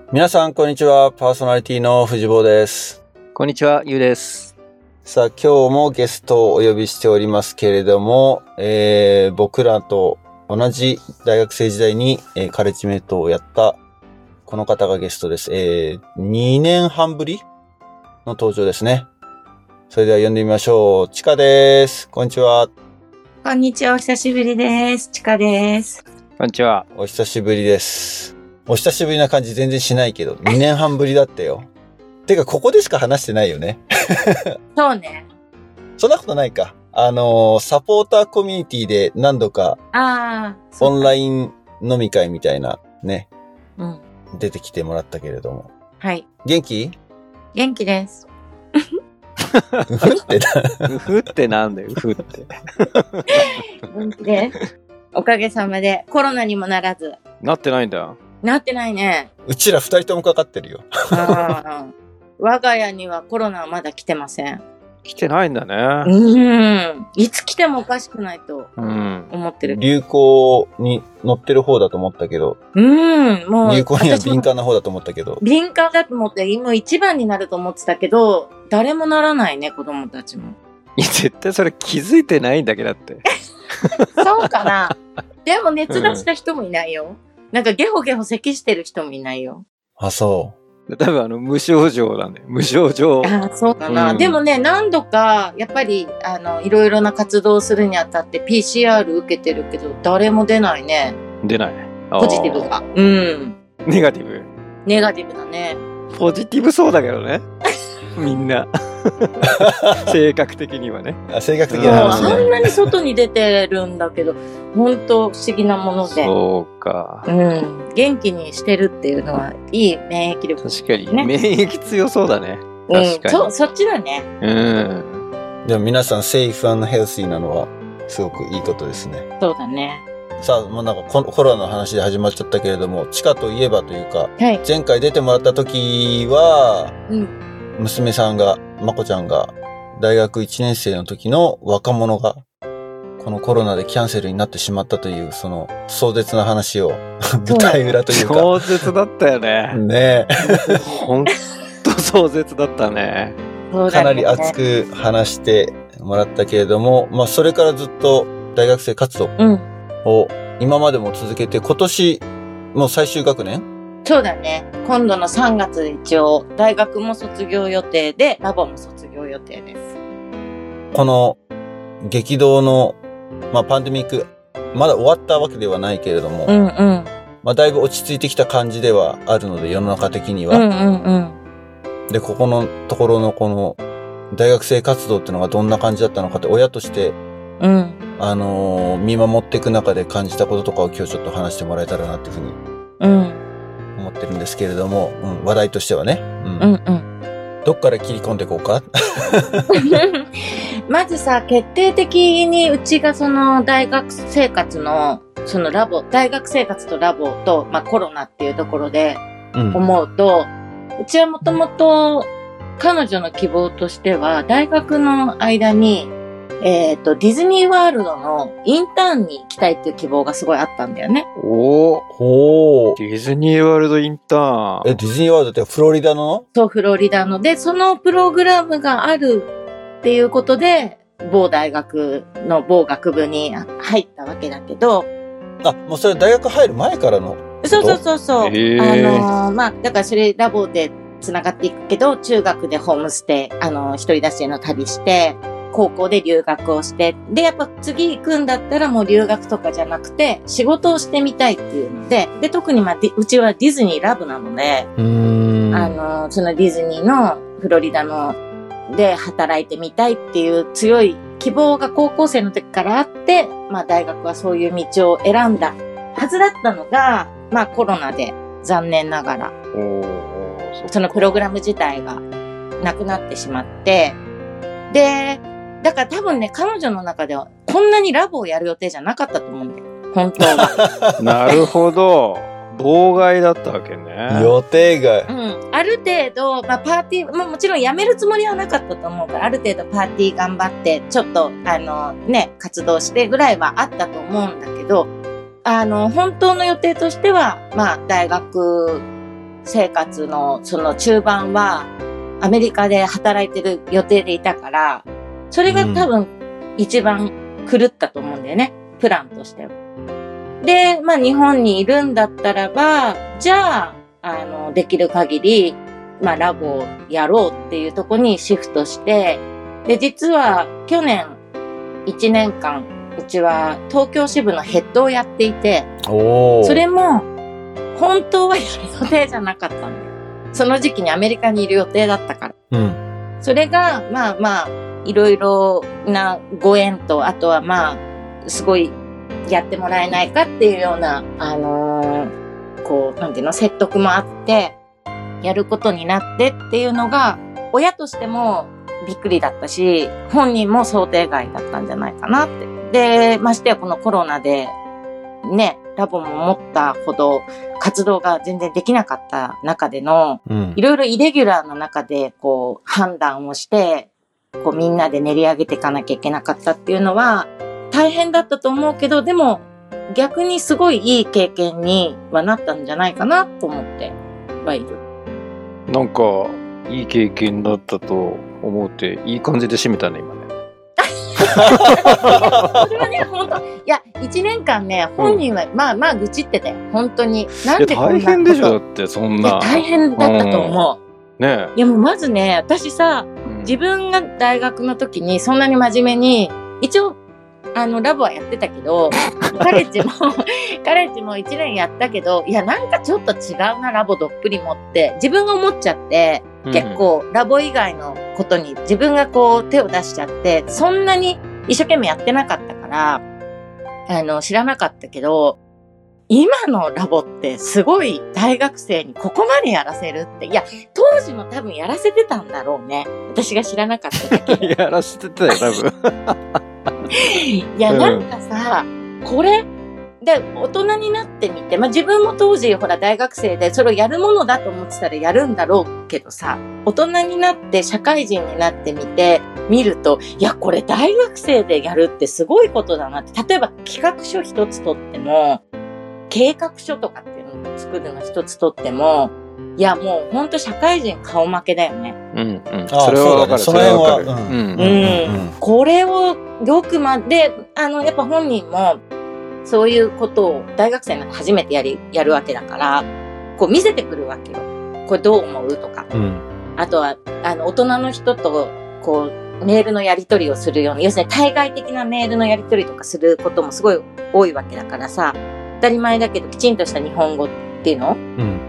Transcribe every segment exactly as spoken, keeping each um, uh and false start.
皆さんこんにちは。パーソナリティの藤坊です。 こんにちは、ゆうです。 さあ今日もゲストをお呼びしておりますけれども、えー、僕らと同じ大学生時代に、えー、カレッジメイトをやったこの方がゲストです。えー、にねんはんぶりの登場ですね。それでは呼んでみましょう。ちかです。こんにちは。 こんにちは。お久しぶりです。ちかです。 こんにちは。 お久しぶりです。お久しぶりな感じ全然しないけど、にねんはんぶりだったよ。てか、ここでしか話してないよね。 そうね。 そんなことないか。あのー、サポーターコミュニティで何度か、 ああ、オンライン飲み会みたいなね、 うん、 出てきてもらったけれども。 はい。 元気？ 元気です。 うふってな。 うふってなんだよ、うふって。 元気です。おかげさまでコロナにもならず。 なってないんだ。 なってないね。 うちら二人ともかかってるよ。 あ我が家にはコロナはまだ来てません。 来てないんだね。 うん。いつ来てもおかしくないと思ってる。 うん、流行に乗ってる方だと思ったけど。 うん。もう。 流行には敏感な方だと思ったけど。 敏感だと思って、今一番になると思ってたけど、誰もならないね、子供たちも。 いや、絶対それ気づいてないんだけどって。 そうかな。でも熱出した人もいないよ。うん、なんかゲホゲホ咳してる人もいないよ。 あ、そう。 多分あの無症状なんだよ。無症状。 あ、そうかな、うん。でもね、何度かやっぱりあのいろいろな活動をするにあたって ピーシーアール 受けてるけど誰も出ないね。 出ない。 ポジティブが。うん。 ネガティブ。 ネガティブだね。 ポジティブそうだけどね。みんな。性格的にはね。 あ、性格的な話ね。 あんなに外に出てるんだけど、本当不思議なもので。 そうか。 うん。元気にしてるっていうのはいい免疫力、ね。 確かに。免疫強そうだね。確かに。 うん、そ、そっちだね。 うん。 でも皆さんセーフ&ヘルシーなのはすごくいいことですね。 そうだね。 さあ、もうなんかコロナの話で始まっちゃったけれども、チカといえばというか、 はい、 前回出てもらった時は、 うん、 娘さんが、まこちゃんが、大学いちねん生の時の若者が、このコロナでキャンセルになってしまったという、その壮絶な話を、舞台裏というか。 壮絶だったよね。 ねえ。ほんと壮絶だったね。 そうだね。 かなり熱く話してもらったけれども、まあそれからずっと大学生活動を今までも続けて、今年もう最終学年？ そうだね。今度のさんがつで一応大学も卒業予定で、ラボも卒業予定です。 この激動の、まあパンデミック、まだ終わったわけではないけれども、 うんうん、 まあだいぶ落ち着いてきた感じではあるので、世の中的には。 うんうんうん、 で、ここのところのこの大学生活動っていうのがどんな感じだったのかって、親として、 うん、 あのー、見守っていく中で感じたこととかを今日ちょっと話してもらえたらなっていうふうに、うん。思ってるんですけれども、うん、話題としてはね。うん。うんうん。どっから切り込んでいこうかまずさ、決定的にうちがその大学生活の、そのラボ、大学生活とラボと、まあコロナっていうところで思うと、うん、うちはもともと彼女の希望としては、大学の間に、えっと、ディズニーワールドのインターンに行きたいっていう希望がすごいあったんだよね。 おー。 おー。 ディズニーワールドインターン。 え、ディズニーワールドってフロリダの？ そう、フロリダの。で、そのプログラムがあるっていうことで、某大学の某学部に入ったわけだけど。 あ、もうそれ大学入る前からの？ そうそうそうそう。あのー、 まあ、だからそれラボで繋がっていくけど、中学でホームステイ、あの、一人出しの旅して、高校で留学をして、で、やっぱ次行くんだったらもう留学とかじゃなくて、仕事をしてみたいっていうので、で、特にまあ、うちはディズニーラブなので、 うーんあの、そのディズニーのフロリダので働いてみたいっていう強い希望が高校生の時からあって、まあ大学はそういう道を選んだはずだったのが、まあコロナで残念ながら、そのプログラム自体がなくなってしまって、で、だから多分ね、彼女の中ではこんなにラボをやる予定じゃなかったと思うんだよ。本当は。 なるほど。妨害だったわけね。 予定外。 うん。ある程度、まあパーティー、まあもちろん辞めるつもりはなかったと思うから、ある程度パーティー頑張って、ちょっと、あの、ね、活動してぐらいはあったと思うんだけど、あの、本当の予定としては、まあ大学生活のその中盤はアメリカで働いてる予定でいたから、それが多分一番狂ったと思うんだよね。プランとしては。で、まあ日本にいるんだったらば、じゃあ、あの、できる限り、まあラボをやろうっていうところにシフトして、で、実は去年いちねんかん、うちは東京支部のヘッドをやっていて、 おー。 それも本当はやる予定じゃなかったんだよ。その時期にアメリカにいる予定だったから。 うん。 それが、まあまあ、いろいろなご縁と、あとはまあ、すごいやってもらえないかっていうような、あのー、こう、なんていうの、説得もあって、やることになってっていうのが、親としてもびっくりだったし、本人も想定外だったんじゃないかなって。で、ましてやこのコロナで、ね、ラボも思ったほど活動が全然できなかった中での、うん、いろいろイレギュラーな中でこう判断をして、こうみんなで練り上げていかなきゃいけなかったっていうのは大変だったと思うけど、でも逆にすごいいい経験にはなったんじゃないかなと思ってはいる。 なんかいい経験だったと思うっていい感じで締めたね今ね。 それはね、本当いや、一年間ね、本人は、うん、まあまあ愚痴ってたよ。本当に。なんでこんなこと。 大変でしょだって、そんな。 大変だったと思う。 うん、ねえ。 いやもうまずね、私さ、自分が大学の時にそんなに真面目に、一応、あの、ラボはやってたけど、カレッジも、カレッジも一年やったけど、いや、なんかちょっと違うな、ラボどっぷりもって、自分が思っちゃって、結構、ラボ以外のことに自分がこう手を出しちゃって、そんなに一生懸命やってなかったから、あの、知らなかったけど、今のラボってすごい大学生にここまでやらせるって、いや、当時も多分やらせてたんだろうね。私が知らなかっただけやらせてたよ、多分。 いや、なんかさ、うん、これ、で、大人になってみて、まあ、自分も当時、ほら、大学生で、それをやるものだと思ってたらやるんだろうけどさ、大人になって、社会人になってみて、見ると、いや、これ大学生でやるってすごいことだなって。例えば、企画書一つとっても、計画書とかっていうのを作るの一つとっても、いや、もう、ほんと社会人顔負けだよね。 うん、うん。それはわかる。それはわかる。うん。 うん。これを、よくまで、あの、やっぱ本人も、そういうことを大学生になって初めてやり、やるわけだから、こう見せてくるわけよ。これどう思うとか。うん、あとは、あの、大人の人と、こう、メールのやり取りをするような、要するに対外的なメールのやり取りとかすることもすごい多いわけだからさ、当たり前だけどきちんとした日本語っていうの、うん、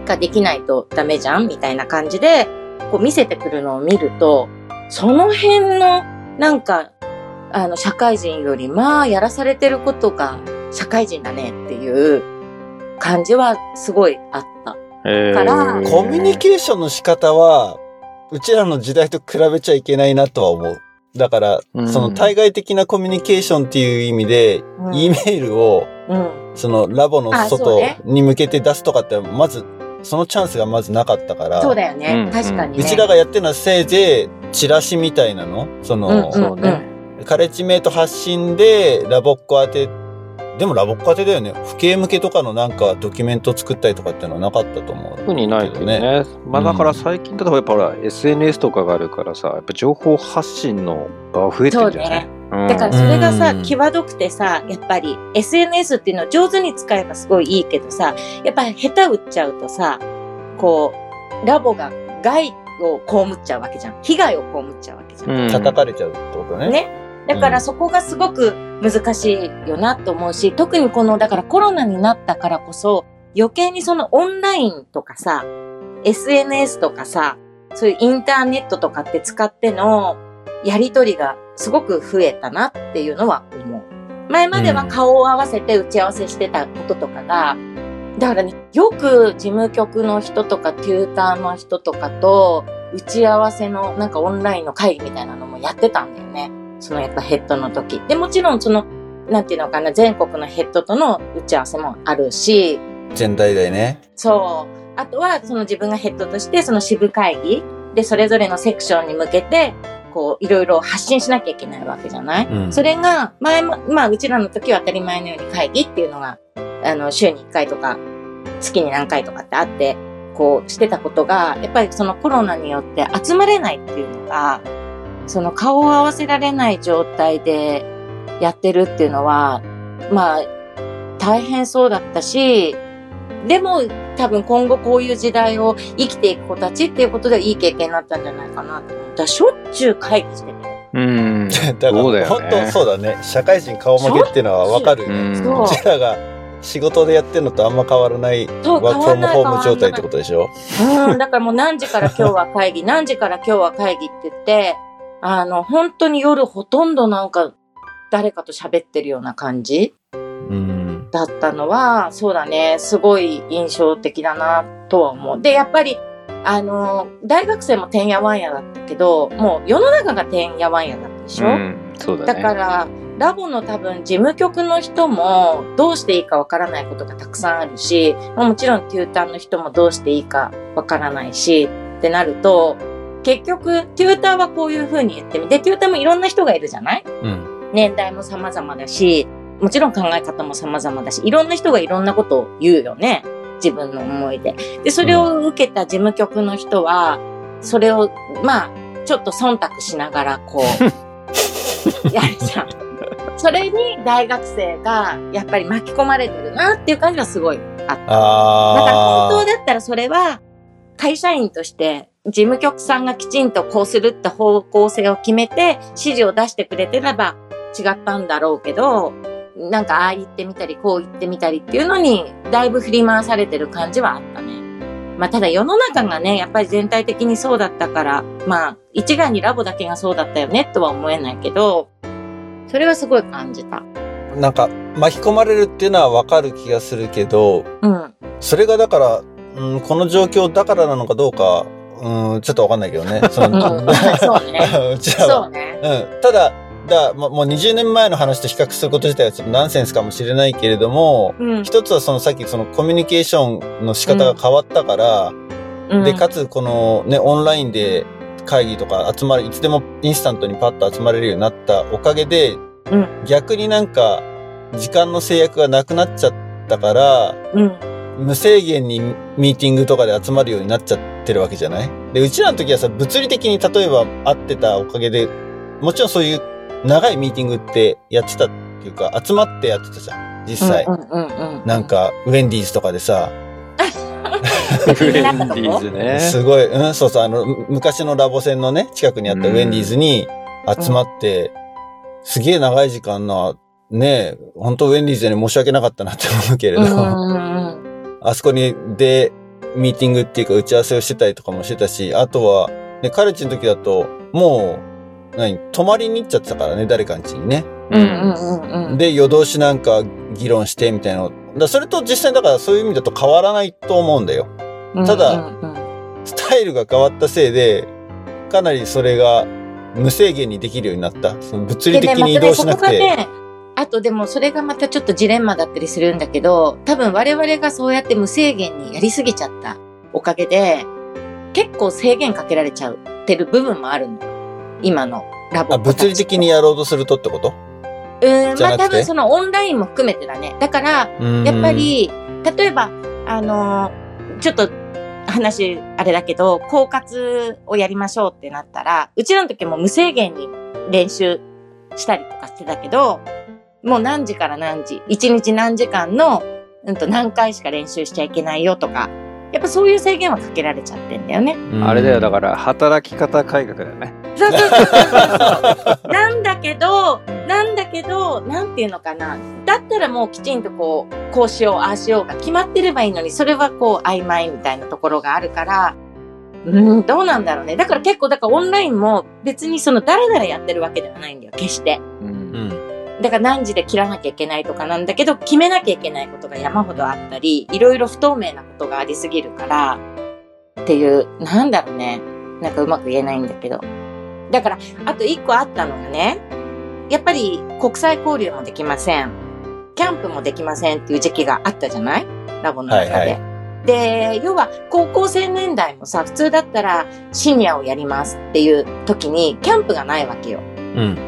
ができないとダメじゃんみたいな感じで、こう見せてくるのを見ると、その辺の、なんか、あの、社会人より、まあ、やらされてることが、社会人だねっていう感じはすごいあった。 えー、から、コミュニケーションの仕方は、うちらの時代と比べちゃいけないなとは思う。だから、うん、その対外的なコミュニケーションっていう意味で、うん、E メールを、うん、そのラボの外に向けて出すとかって、まず、そのチャンスがまずなかったから。 そうだよね。うん、確かにね。 うちらがやってるのはせいぜい、チラシみたいなのその、うんうんうん、ね。カレッジメイト発信で、ラボっ子当て、でもラボっ子当てだよね。父兄向けとかのなんかドキュメント作ったりとかっていうのはなかったと思う。 特にないけどね。まあだから最近だとやっぱほら エスエヌエス とかがあるからさ、やっぱ情報発信の場が増えてるんじゃない？ そうね。だからそれがさ、際どくてさ、やっぱり エスエヌエス っていうのを上手に使えばすごいいいけどさ、やっぱり下手打っちゃうとさ、こう、ラボが害を被っちゃうわけじゃん。被害を被っちゃうわけじゃん。 うん、叩かれちゃうってことね。 ね。だからそこがすごく難しいよなと思うし、特にこの、だからコロナになったからこそ、余計にそのオンラインとかさ、エスエヌエス とかさ、そういうインターネットとかって使ってのやりとりがすごく増えたなっていうのは思う。前までは顔を合わせて打ち合わせしてたこととかが、だからね、よく事務局の人とかテューターの人とかと打ち合わせのなんかオンラインの会議みたいなのもやってたんだよね。そのやっぱヘッドの時。で、もちろんその、なんていうのかな、全国のヘッドとの打ち合わせもあるし。 全体でね。 そう。あとは、その自分がヘッドとして、その支部会議で、それぞれのセクションに向けて、こう、いろいろ発信しなきゃいけないわけじゃない？うん、それが、前も、まあ、うちらの時は当たり前のように会議っていうのが、あの、週にいっかいとか、月に何回とかってあって、ここうしてたことが、やっぱりそのコロナによって集まれないっていうのが、その顔を合わせられない状態でやってるっていうのは、まあ、大変そうだったし、でも多分今後こういう時代を生きていく子たちっていうことでいい経験になったんじゃないかなと思った。しょっちゅう会議してて。 うん。 だから本当そうだね。社会人顔負けっていうのはわかるよね。こちらが仕事でやってるのとあんま変わらないワークフロムホーム状態ってことでしょ。 うん。だからもう何時から今日は会議、何時から今日は会議って言って、あの、本当に夜ほとんどなんか誰かと喋ってるような感じ。 うんだったのは、そうだね、すごい印象的だなとは思う。で、やっぱり、あの、大学生もてんやわんやだったけど、もう世の中がてんやわんやだったでしょ、うん、 そうだね。 だから、ラボの多分事務局の人もどうしていいかわからないことがたくさんあるし、もちろんテューターの人もどうしていいかわからないし、ってなると、結局、テューターはこういう風に言ってみて、テューターもいろんな人がいるじゃない、うん、年代も様々だし、もちろん考え方も様々だし、いろんな人がいろんなことを言うよね。自分の思いで。で、それを受けた事務局の人は、それを、まあ、ちょっと忖度しながら、こう、やるじゃん。それに大学生が、やっぱり巻き込まれてるなっていう感じはすごいあった。 あだから本当だったらそれは、会社員として、事務局さんがきちんとこうするって方向性を決めて、指示を出してくれてれば違ったんだろうけど、なんかああ言ってみたりこう言ってみたりっていうのにだいぶ振り回されてる感じはあったね。まあただ世の中がねやっぱり全体的にそうだったからまあ一概にラボだけがそうだったよねとは思えないけどそれはすごい感じた。 なんか巻き込まれるっていうのはわかる気がするけど、 うん、 それがだから、うん、この状況だからなのかどうか、うん、ちょっとわかんないけどね。そのうん、そうね。 うちらはそうね。 うん、ただだもうにじゅうねんまえの話と比較すること自体はちょっとナンセンスかもしれないけれども、うん、一つはそのさっきそのコミュニケーションの仕方が変わったから、うん、で、かつこのね、オンラインで会議とか集まる、いつでもインスタントにパッと集まれるようになったおかげで、うん、逆になんか時間の制約がなくなっちゃったから、うん、無制限にミーティングとかで集まるようになっちゃってるわけじゃない？で、うちらの時はさ、物理的に例えば会ってたおかげで、もちろんそういう長いミーティングってやってたっていうか、集まってやってたじゃん、実際。 うんうんうんうん、 なんか、ウェンディーズとかでさ。 ウェンディーズね。 すごい、うん、そうそう、あの、昔のラボ線のね、近くにあったウェンディーズに集まって、うん、すげえ長い時間な、ねえ、本当ウェンディーズに申し訳なかったなって思うけれど、うんうんうん、あそこに、で、ミーティングっていうか打ち合わせをしてたりとかもしてたし、あとは、ね、カレッジの時だと、もう、何泊まりに行っちゃってたからね、誰かん家にね。 うんうんうんうん。 で、夜通しなんか議論してみたいな。だそれと実際だからそういう意味だと変わらないと思うんだよ。ただ、うんうんうん、スタイルが変わったせいで、かなりそれが無制限にできるようになった。その物理的に移動しなくて。 ねね、あとでもそれがまたちょっとジレンマだったりするんだけど、多分我々がそうやって無制限にやりすぎちゃったおかげで、結構制限かけられちゃってる部分もあるの。今のラボ。 あ、物理的にやろうとするとってこと？ うーん、まあ多分そのオンラインも含めてだね。だから、やっぱり、例えば、あのー、ちょっと話あれだけど、狡猾をやりましょうってなったら、うちらの時も無制限に練習したりとかしてたけど、もう何時から何時、一日何時間の、うんと何回しか練習しちゃいけないよとか、やっぱそういう制限はかけられちゃってんだよね。 あれだよ、だから働き方改革だよね。 そうそうそうそうそう。なんだけど、なんだけど、なんていうのかな。だったらもうきちんとこう、こうしよう、ああしようが決まってればいいのに、それはこう曖昧みたいなところがあるから、うーん、どうなんだろうね。だから結構、だからオンラインも別にそのダラダラやってるわけではないんだよ、決して。うん。だから何時で切らなきゃいけないとかなんだけど、決めなきゃいけないことが山ほどあったり、いろいろ不透明なことがありすぎるから、っていう、なんだろうね。なんかうまく言えないんだけど。だから、あと一個あったのがね、やっぱり国際交流もできません。キャンプもできませんっていう時期があったじゃない？ラボの中で。はいはい、で、要は高校生年代もさ、普通だったらシニアをやりますっていう時に、キャンプがないわけよ。 うん。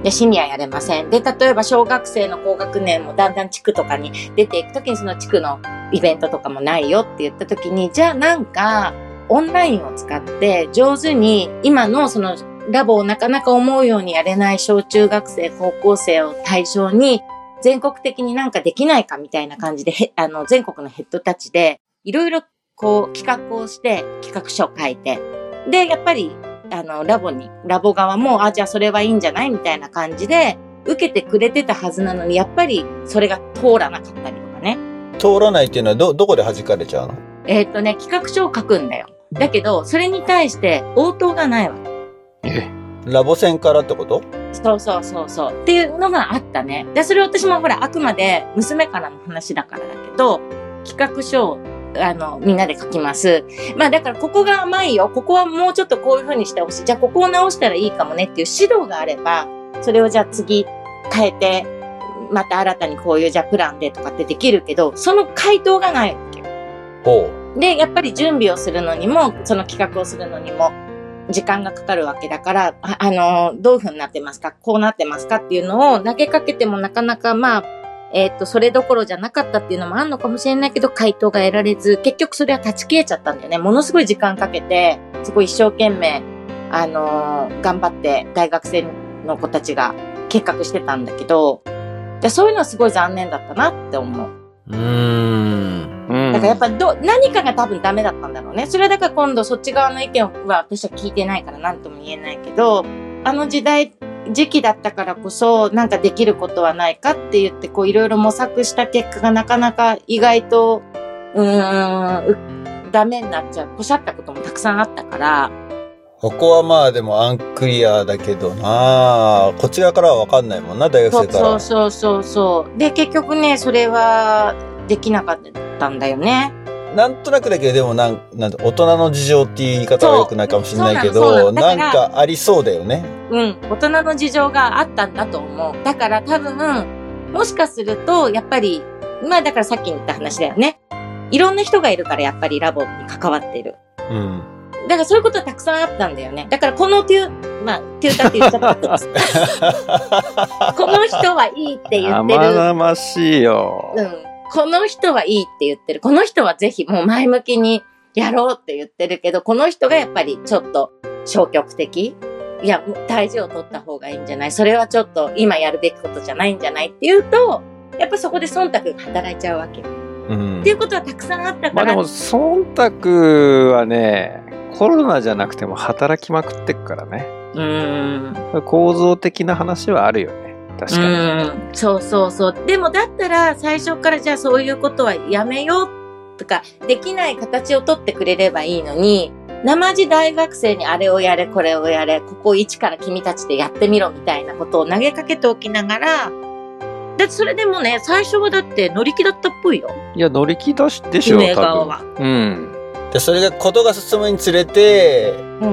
で、シニアやれません。で、例えば小学生の高学年もだんだん地区とかに出ていくときにその地区のイベントとかもないよって言ったときに、じゃあなんかオンラインを使って上手に今のそのラボをなかなか思うようにやれない小中学生、高校生を対象に全国的になんかできないかみたいな感じで、へあの全国のヘッドたちでいろいろこう企画をして企画書を書いて、で、やっぱりあの、ラボに、ラボ側も、あ、じゃあそれはいいんじゃないみたいな感じで、受けてくれてたはずなのに、やっぱりそれが通らなかったりとかね。 通らないっていうのはど、どこで弾かれちゃうの？ えっとね、企画書を書くんだよ。だけど、それに対して応答がないわけ。 えラボ戦からってこと？ そうそうそうそう。っていうのがあったね。で、それ私もほら、あくまで娘からの話だからだけど、企画書をあの、みんなで書きます。まあだからここが甘いよ。ここはもうちょっとこういう風にしてほしい。じゃあここを直したらいいかもねっていう指導があれば、それをじゃあ次変えて、また新たにこういうじゃあプランでとかってできるけど、その回答がないわけよ。 ほう。で、やっぱり準備をするのにも、その企画をするのにも、時間がかかるわけだから、あ、あの、どういう風になってますか？こうなってますかっていうのを投げかけてもなかなかまあ、えっと、それどころじゃなかったっていうのもあるのかもしれないけど、回答が得られず、結局それは断ち消えちゃったんだよね。ものすごい時間かけて、すごい一生懸命、あのー、頑張って大学生の子たちが計画してたんだけど、じゃそういうのはすごい残念だったなって思う。 う。うーん。 だからやっぱど、何かが多分ダメだったんだろうね。それはだから今度そっち側の意見は私は聞いてないから何とも言えないけど、あの時代、時期だったからこそなんかできることはないかって言ってこういろいろ模索した結果がなかなか意外とうーんダメになっちゃうポシャったこともたくさんあったから、 ここはまあでもアンクリアだけどな、こっち側からは分かんないもんな、大学生から。 そうそうそうそうで結局ねそれはできなかったんだよね。 なんとなくだけど、でもなん、なん大人の事情っていう言い方は良くないかもしれないけど、ななんかありそうだよね。 うん、大人の事情があったんだと思う。だから多分、もしかすると、やっぱり、まあだからさっき言った話だよね。いろんな人がいるからやっぱりラボに関わっている。 うん。 だからそういうことはたくさんあったんだよね。だからこのテュー、まあ、テューターって言っちゃったんです。この人はいいって言ってる。 生々しいよ。 うん。この人はいいって言ってる。この人はぜひもう前向きにやろうって言ってるけど、この人がやっぱりちょっと消極的。いや、大事を取った方がいいんじゃない？それはちょっと今やるべきことじゃないんじゃないって言うと、やっぱそこで忖度が働いちゃうわけ。うん、っていうことはたくさんあったから。 まあでも忖度はね、コロナじゃなくても働きまくってっからね。 うーん。 構造的な話はあるよね。確かに。 うん。そうそうそう。でもだったら最初からじゃあそういうことはやめようとか、できない形を取ってくれればいいのに、生地大学生にあれをやれこれをやれ、ここ一から君たちでやってみろみたいなことを投げかけておきながら、だってそれでもね、最初はだって乗り気だったっぽいよ。 いや、乗り気だしでしょ、 運営側は。 うん。 で、それがことが進むにつれて、うん、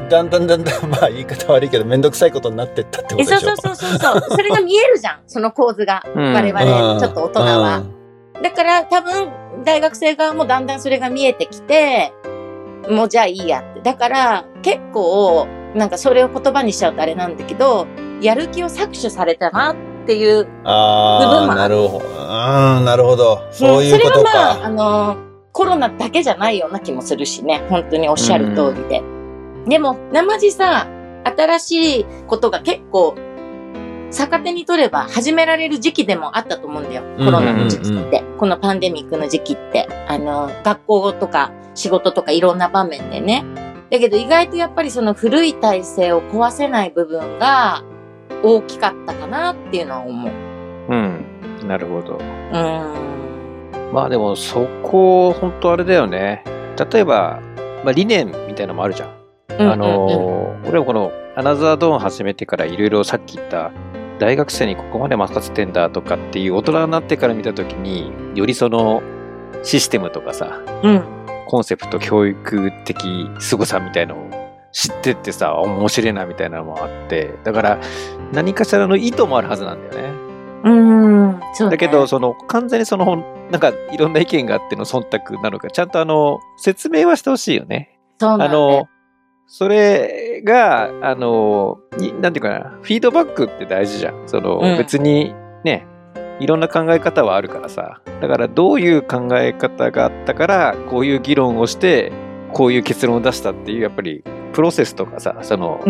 だんだんだんだん、まあ言い方悪いけど、めんどくさいことになってったってことでしょ。 そうそうそうそう。それが見えるじゃん、その構図が。うん、我々、ちょっと大人は。うん、だから多分、大学生側もだんだんそれが見えてきて、もうじゃあいいやって。だから、結構、なんかそれを言葉にしちゃうとあれなんだけど、やる気を搾取されたなっていう部分もある。 ああ、なるほど。うん、なるほど。そういうことか。うん、それはまあ、あの、コロナだけじゃないような気もするしね。本当におっしゃる通りで。うん、でも、生地さ、新しいことが結構、逆手に取れば始められる時期でもあったと思うんだよ。コロナの時期って。うんうんうん、このパンデミックの時期って。あの、学校とか仕事とかいろんな場面でね。だけど意外とやっぱりその古い体制を壊せない部分が大きかったかなっていうのは思う。 うん。なるほど。 うん。 まあでもそこ、本当あれだよね。例えば、まあ理念みたいなのもあるじゃん。うんうんうん、あの、俺はこのアナザードーン始めてからいろいろさっき言った大学生にここまで任せてんだとかっていう大人になってから見たときに、よりそのシステムとかさ、うん、コンセプト教育的凄さみたいのを知ってってさ、面白いなみたいなのもあって、だから何かしらの意図もあるはずなんだよね。 うーん、そうね。 だけどその完全にそのなんかいろんな意見があっての忖度なのか、ちゃんとあの説明はしてほしいよね。 そうなんだよ。 あのそれが、あの、なんていうかな、フィードバックって大事じゃん。その、うん、別にね、いろんな考え方はあるからさ。だからどういう考え方があったから、こういう議論をして、こういう結論を出したっていう、やっぱり、プロセスとかさ、その、うん、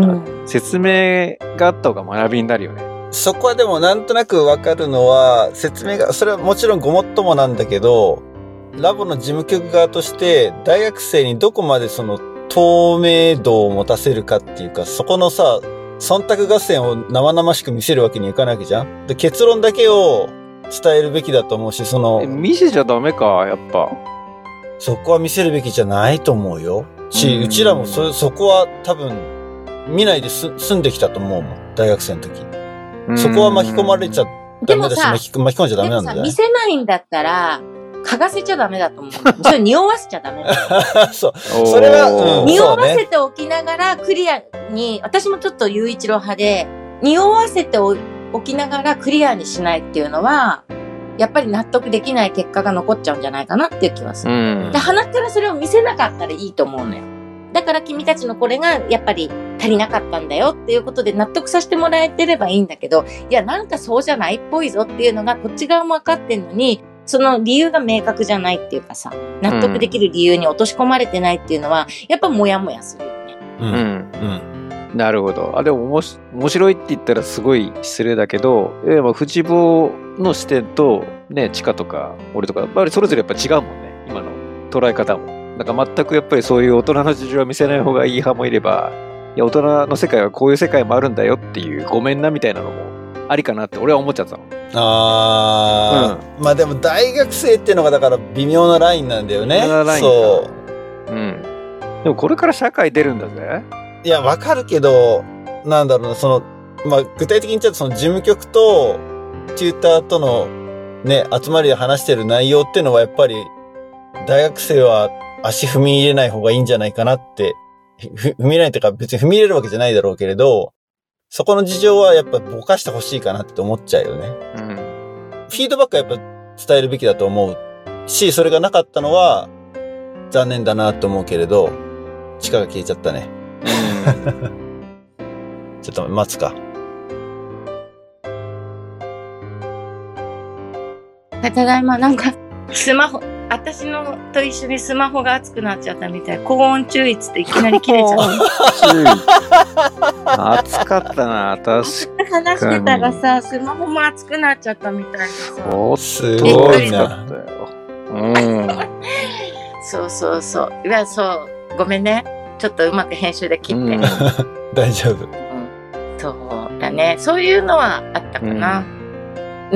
説明があった方が学びになるよね。 そこはでもなんとなくわかるのは、説明が、それはもちろんごもっともなんだけど、ラボの事務局側として、大学生にどこまでその、透明度を持たせるかっていうか、そこのさ、忖度合戦を生々しく見せるわけにいかないわけじゃん。で、結論だけを伝えるべきだと思うし、その、 見せちゃダメか、やっぱ。 そこは見せるべきじゃないと思うよ。し、うちらもそ、そこは多分、見ないです済んできたと思うもん。大学生の時。そこは巻き込まれちゃダメだし、巻き巻き込んじゃダメなんだよね。 見せないんだったら、嗅がせちゃダメだと思う。それ匂わせちゃダメだ。 そう。それは、 うん、匂わせておきながらクリアに、私もちょっと雄一郎派で、匂わせておきながらクリアにしないっていうのは、やっぱり納得できない結果が残っちゃうんじゃないかなっていう気はする。うん、で、鼻からそれを見せなかったらいいと思うのよ。だから君たちのこれがやっぱり足りなかったんだよっていうことで納得させてもらえてればいいんだけど、いやなんかそうじゃないっぽいぞっていうのがこっち側も分かってんのに、その理由が明確じゃないっていうかさ、納得できる理由に落とし込まれてないっていうのは、やっぱモヤモヤするよね。 うん。うん。なるほど。あ、でも面白いって言ったらすごい失礼だけど、えー、まあ藤坊の視点とね、チカとか俺とか、やっぱりそれぞれやっぱ違うもんね。今の捉え方も。なんか全くやっぱりそういう大人の事情は見せない方がいい派もいれば、いや大人の世界はこういう世界もあるんだよっていうごめんなみたいなのもありかなって俺は思っちゃったの。 あー、うん、まあでも大学生っていうのがだから微妙なラインなんだよね。 微妙なラインか。そう。うん。でもこれから社会出るんだぜ。 いや、わかるけど、なんだろうな、その、まあ具体的に言っちゃうとその事務局とチューターとのね、集まりで話してる内容っていうのはやっぱり大学生は足踏み入れない方がいいんじゃないかなって、踏み入れないというか別に踏み入れるわけじゃないだろうけれど、そこの事情はやっぱぼかしてほしいかなって思っちゃうよね。うん。フィードバックはやっぱ伝えるべきだと思うし、それがなかったのは残念だなと思うけれど、地下が消えちゃったね。うん、ちょっと待つか。 ただいまなんかスマホ、私のと一緒にスマホが熱くなっちゃったみたい。高温注意つっていきなり切れちゃった。注意。 熱かったな、確かに。 話してたらさ、スマホも熱くなっちゃったみたいでさ。 お、すごいな。 うん。そうそうそう。いや、そう。ごめんね。ちょっとうまく編集で切って。うん、 大丈夫、うん。 そうだね。そういうのはあったかな。うん、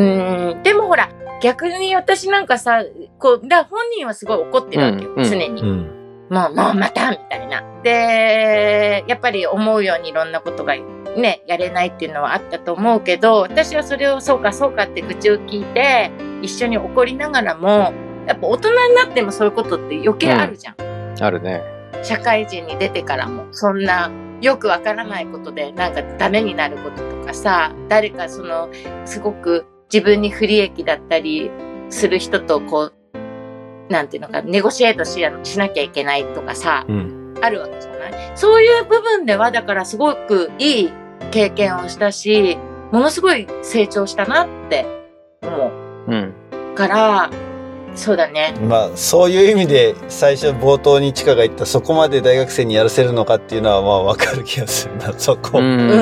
うん。でもほら、逆に私なんかさ、こう、だ本人はすごい怒ってるわけよ、うん、常に。うん、もう、もうまたみたいな。で、やっぱり思うようにいろんなことがね、やれないっていうのはあったと思うけど、私はそれをそうかそうかって愚痴を聞いて、一緒に怒りながらも、やっぱ大人になってもそういうことって余計あるじゃん。 うん、あるね。 社会人に出てからも、そんな、よくわからないことで、なんかダメになることとかさ、誰かその、すごく、自分に不利益だったりする人とこう、なんていうのか、ネゴシエートし、しなきゃいけないとかさ、うん、あるわけじゃない？そういう部分では、だからすごくいい経験をしたし、ものすごい成長したなって思う。うん。から、そうだね。 まあ、そういう意味で、最初冒頭にチカが言った、そこまで大学生にやらせるのかっていうのは、まあ、わかる気がするな、そこ。うん。うんうん。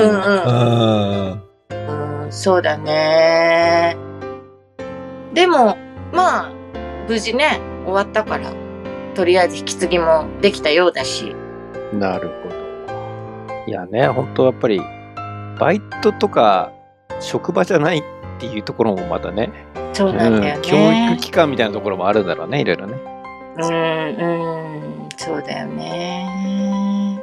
うんそうだね。でも、まあ、無事ね、終わったから、とりあえず引き継ぎもできたようだし。 なるほど。いやね、本当やっぱり、バイトとか、職場じゃないっていうところもまたね。 そうなんだよね、うん。 教育機関みたいなところもあるんだろうね、いろいろね。 うん、うん、そうだよね。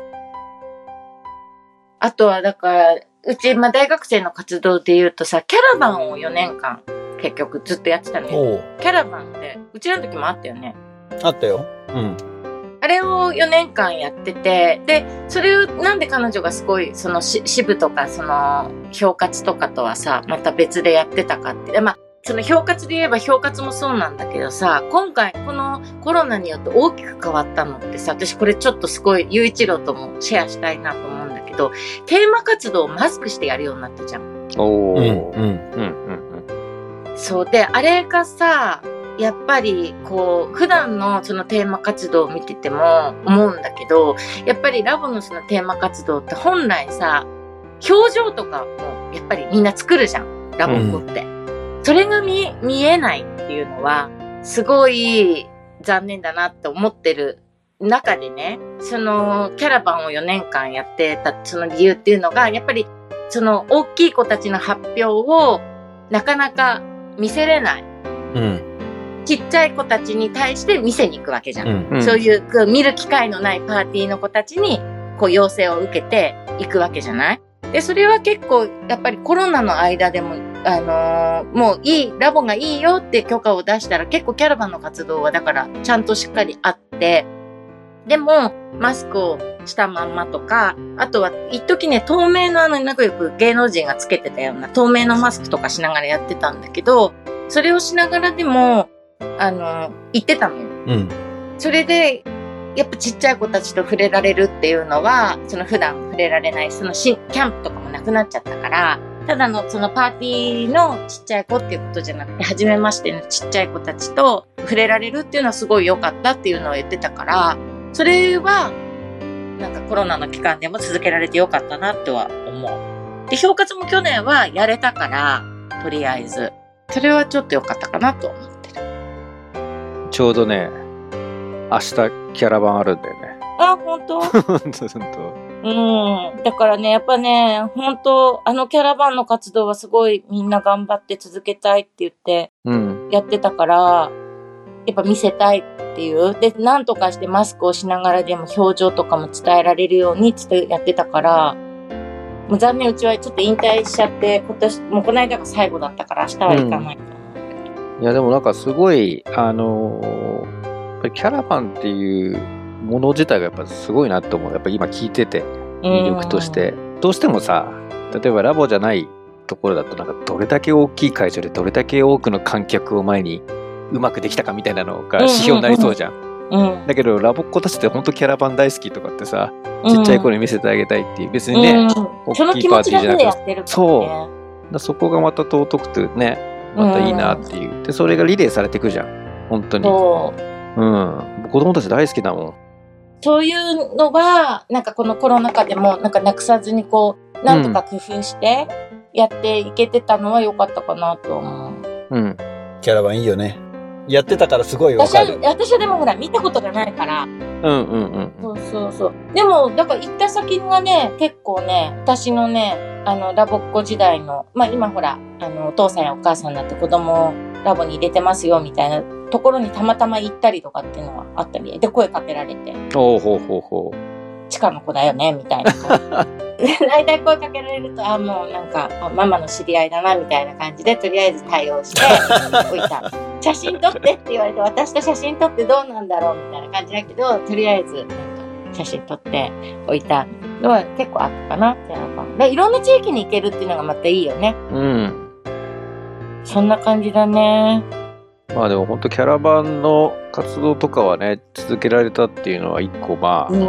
あとは、だから、うち、まあ、大学生の活動で言うとさ、キャラバンをよねんかん、結局ずっとやってたのよ。キャラバンって、うちらの時もあったよね。 あったよ。うん。 あれをよねんかんやってて、で、それをなんで彼女がすごい、その支部とか、その、評価とかとはさ、また別でやってたかって。まあ、 その評活で言えば評活もそうなんだけどさ、今回このコロナによって大きく変わったのってさ、私これちょっとすごい雄一郎ともシェアしたいなと思うんだけど、テーマ活動をマスクしてやるようになったじゃん。 おー。 うんうんうんうんそうで、あれがさ、やっぱりこう普段のそのテーマ活動を見てても思うんだけど、やっぱりラボのそのテーマ活動って本来さ、表情とかもやっぱりみんな作るじゃん、ラボっ子って、うん、それが見見えないっていうのはすごい残念だなって思ってる中でね、そのキャラバンをよねんかんやってたその理由っていうのが、やっぱりその大きい子たちの発表をなかなか見せれない、うん、ちっちゃい子たちに対して見せに行くわけじゃん、うん、そういう見る機会のないパーティーの子たちにこう要請を受けていくわけじゃない。でそれは結構やっぱりコロナの間でもあのー、もういいラボがいいよって許可を出したら結構キャラバンの活動はだからちゃんとしっかりあって、でもマスクをしたまんまとか、あとは一時ね透明のあのなんかよく芸能人がつけてたような透明のマスクとかしながらやってたんだけど、それをしながらでもあのー、言ってたのよ、うん、それでやっぱちっちゃい子たちと触れられるっていうのは、その普段触れられないそのキャンプとかもなくなっちゃったから、ただのそのパーティーのちっちゃい子っていうことじゃなくて、初めましてのちっちゃい子たちと触れられるっていうのはすごい良かったっていうのを言ってたから、それはなんかコロナの期間でも続けられて良かったなとは思う。で、評活も去年はやれたから、とりあえずそれはちょっと良かったかなと思ってる。 ちょうどね、明日キャラバンあるんだよね。 あ、本当？ 本当本当。うん。だからね、やっぱね、本当あのキャラバンの活動はすごいみんな頑張って続けたいって言ってやってたから、うん、やっぱ見せたいっていう。で、なんとかしてマスクをしながらでも表情とかも伝えられるようにってやってたから、もう残念うちはちょっと引退しちゃって、今年、もうこの間が最後だったから明日は行かないと思う、 うん。いやでもなんかすごい、あのー、キャラバンっていうもの自体がやっぱすごいなって思う。やっぱ今聞いてて魅力として、どうしてもさ、例えばラボじゃないところだとなんかどれだけ大きい会場でどれだけ多くの観客を前にうまくできたかみたいなのが指標になりそうじゃん、うんうん、だけどラボっ子たちって本当キャラバン大好きとかってさ、ちっちゃい子に見せてあげたいっていう、別にね、うん、大きいパーティーじゃなくて、ね、そうだ、そこがまた尊くてね、またいいなっていう、うん、でそれがリレーされてくじゃん本当に。そううん、子供たち大好きだもん。 そういうのはなんかこのコロナ禍でもなんかなくさずにこうなんとか工夫してやっていけてたのは良かったかなと思う。 うん。キャラバンいいよね。やってたからすごいわかる。 私は、私はでもほら見たことがないから。 うんうんうん。 そうそうそう。でもだから行った先がね結構ね、私のねあのラボっ子時代の、まあ今ほらあのお父さんやお母さんだって子供をラボに入れてますよみたいなところにたまたま行ったりとかっていうのはあったりで、声かけられて、 おうほうほうほう、 地下の子だよねみたいな大体声かけられると、あもうなんかママの知り合いだなみたいな感じでとりあえず対応しておいた。写真撮ってって言われて、私と写真撮ってどうなんだろうみたいな感じだけど、とりあえずなんか写真撮っておいたのは結構あったかなってなんか、いろんな地域に行けるっていうのがまたいいよね。 うん。 そんな感じだね。 まあでも本当キャラバンの活動とかはね続けられたっていうのは一個、まあ、うん、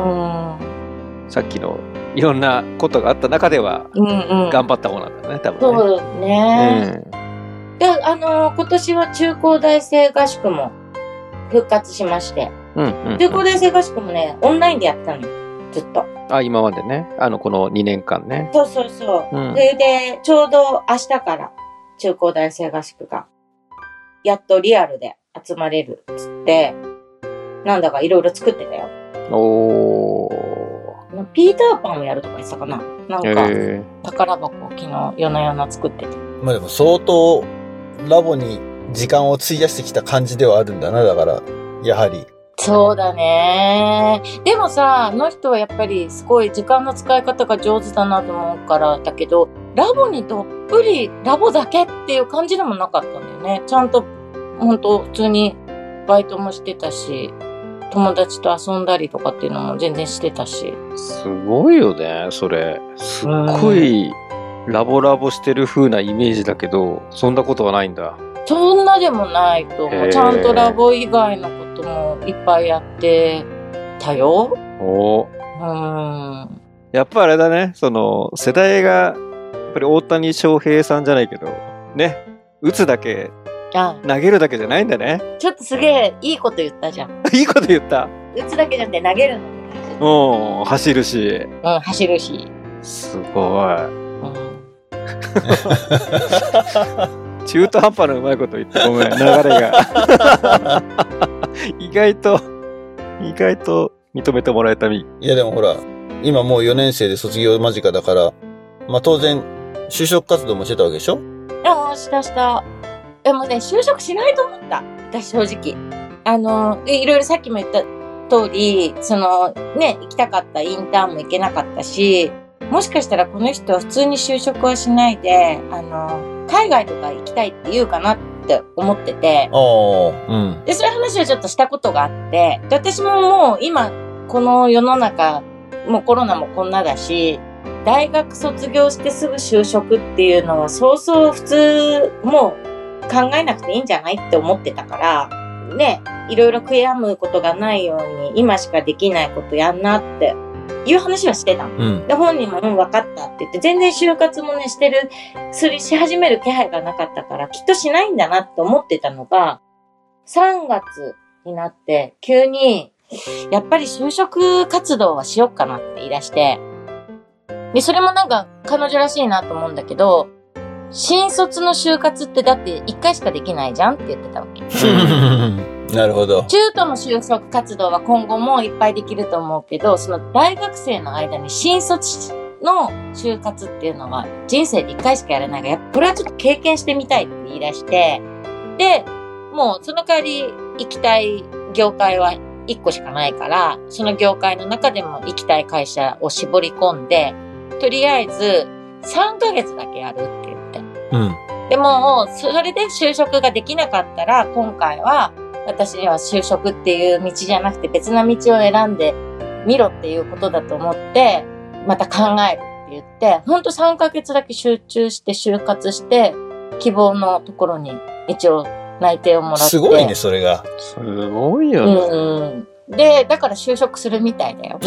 さっきのいろんなことがあった中では頑張った方なんだね、多分ね。 そうね、うん、であの今年は中高大生合宿も復活しまして、うんうんうん、中高大生合宿もねオンラインでやったのずっと。 あ、今までね、あのこのにねんかんね。 そうそうそう、うん、で, でちょうど明日から中高大生合宿がやっとリアルで集まれるっつって、なんだかいろいろ作ってたよ。おー。ピーターパンをやるとか言ってたかな。なんか、えー、宝箱を昨日夜な夜な作ってて。 まあでも相当ラボに時間を費やしてきた感じではあるんだな、だから、やはり。 そうだね。でもさ、あの人はやっぱりすごい時間の使い方が上手だなと思うからだけど、ラボにどっぷりラボだけっていう感じでもなかったんだよね。ちゃんと本当普通にバイトもしてたし、友達と遊んだりとかっていうのも全然してたし。 すごいよね、それ。すっごいラボラボしてる風なイメージだけど、そんなことはないんだ。 そんなでもないと思う。ちゃんとラボ以外のこともいっぱいやってたよ。 おうん。 やっぱあれだね、その世代がやっぱり大谷翔平さんじゃないけどね、打つだけあ投げるだけじゃないんだね。 ちょっとすげえいいこと言ったじゃん。 いいこと言った。 打つだけじゃなくて投げるの。 うん、走るし。 うん、走るし。 すごい。 うん、 中途半端なうまいこと言ってごめん、流れが。意外と、意外と認めてもらえたみ。 いやでもほら、今もうよねん生で卒業間近だから、まあ当然、就職活動もしてたわけでしょ？ ああ、したした。でもね、就職しないと思った。私正直。あの、いろいろさっきも言った通り、その、ね、行きたかったインターンも行けなかったし、もしかしたらこの人は普通に就職はしないで、あの、海外とか行きたいって言うかなって思ってて、 ああ、うん。 で、そういう話をちょっとしたことがあって、で、私ももう今、この世の中、もうコロナもこんなだし、大学卒業してすぐ就職っていうのはそうそう普通もう考えなくていいんじゃないって思ってたから、ね、いろいろ悔やむことがないように今しかできないことやんなっていう話はしてたの。 うん、 で、本人も、うん、分かったって言って、全然就活もね、してる、すりし始める気配がなかったから、きっとしないんだなって思ってたのが、さんがつになって、急に、やっぱり就職活動はしよっかなって言い出して、で、それもなんか彼女らしいなと思うんだけど、新卒の就活ってだっていっかいしかできないじゃんって言ってたわけ。 なるほど。 中途の就職活動は今後もいっぱいできると思うけど、その大学生の間に新卒の就活っていうのは人生でいっかいしかやらないから、やっぱこれはちょっと経験してみたいって言い出して、で、もうその代わり行きたい業界はいっこしかないから、その業界の中でも行きたい会社を絞り込んで、とりあえずさんかげつだけやるって言って。 うん。 でも、それで就職ができなかったら、今回は私には就職っていう道じゃなくて別な道を選んでみろっていうことだと思って、また考えるって言って、ほんとさんかげつだけ集中して就活して、希望のところに一応内定をもらって。 すごいね、それが。 すごいよね。 うん。で、だから就職するみたいだよ。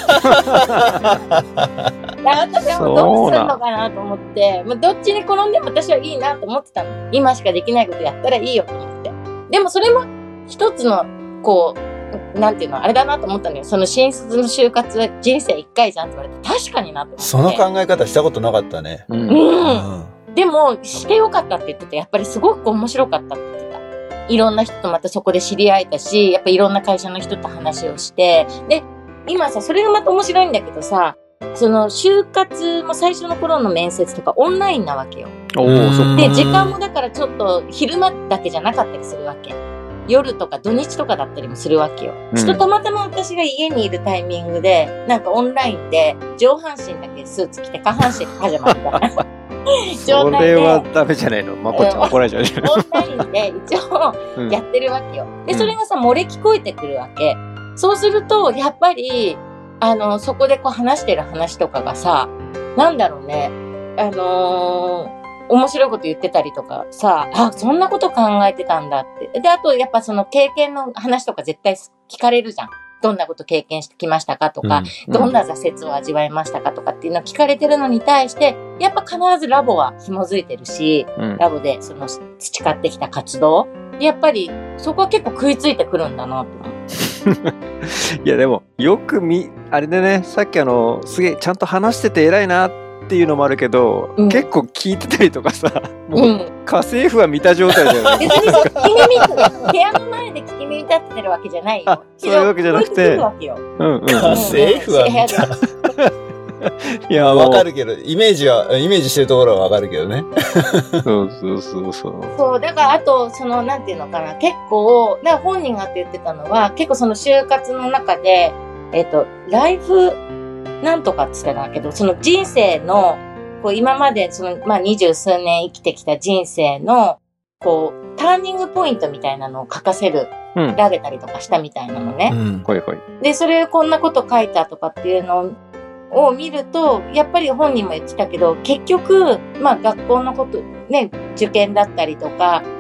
私はもうどうするのかなと思って、まあ、どっちに転んでも私はいいなと思ってたの。今しかできないことやったらいいよと思って。でもそれも一つの、こう、なんていうの、あれだなと思ったのよ。その新卒の就活は人生一回じゃんって言われて、確かになと思って。 その考え方したことなかったね。 うん。うんうん、でも、してよかったって言ってて、やっぱりすごく面白かったって言ってた。いろんな人とまたそこで知り合えたし、やっぱいろんな会社の人と話をして、で、今さ、それがまた面白いんだけどさ、その、就活も最初の頃の面接とかオンラインなわけよ。 おー、そっか。 で、時間もだからちょっと昼間だけじゃなかったりするわけ。夜とか土日とかだったりもするわけよ。うん、ちょっとたまたま私が家にいるタイミングで、なんかオンラインで上半身だけスーツ着て下半身パジャマみたいな。 それはダメじゃないの。まこちゃん怒られちゃうじゃん。 オンラインで一応やってるわけよ。で、それがさ、漏れ聞こえてくるわけ。そうすると、やっぱり、あの、そこでこう話してる話とかがさ、なんだろうね、あのー、面白いこと言ってたりとかさ、あ、そんなこと考えてたんだって。で、あと、やっぱその経験の話とか絶対聞かれるじゃん。どんなこと経験してきましたかとか、うん、どんな挫折を味わいましたかとかっていうのを聞かれてるのに対して、やっぱ必ずラボは紐づいてるし、うん、ラボでその培ってきた活動、やっぱりそこは結構食いついてくるんだなと思って。 いやでも、よくみ、あれでね、さっきあの、すげえちゃんと話してて偉いなっていうのもあるけど、うん、結構聞いてたりとかさ、もう、うん、家政婦は見た状態だよね。 別にそう、聞き耳部屋の前で聞き耳立ててるわけじゃないよ。 そういうわけじゃなくて、 うんうん、家政婦は見た。いや、わかるけど、イメージは、イメージしてるところはわかるけどね。 そうそうそうそう。 そう、だからあと、その、なんていうのかな、結構、だから本人がって言ってたのは、結構その就活の中で、えっと、ライフ、なんとかって言ってたんだけど、その人生の、こう今までその、まあ二十数年生きてきた人生の、こう、ターニングポイントみたいなのを書かせる、うん、られたりとかしたみたいなのね。 うん、はいはい。 で、それこんなこと書いたとかっていうのを見ると、やっぱり本人も言ってたけど、結局、まあ学校のこと、ね、受験だったりとか、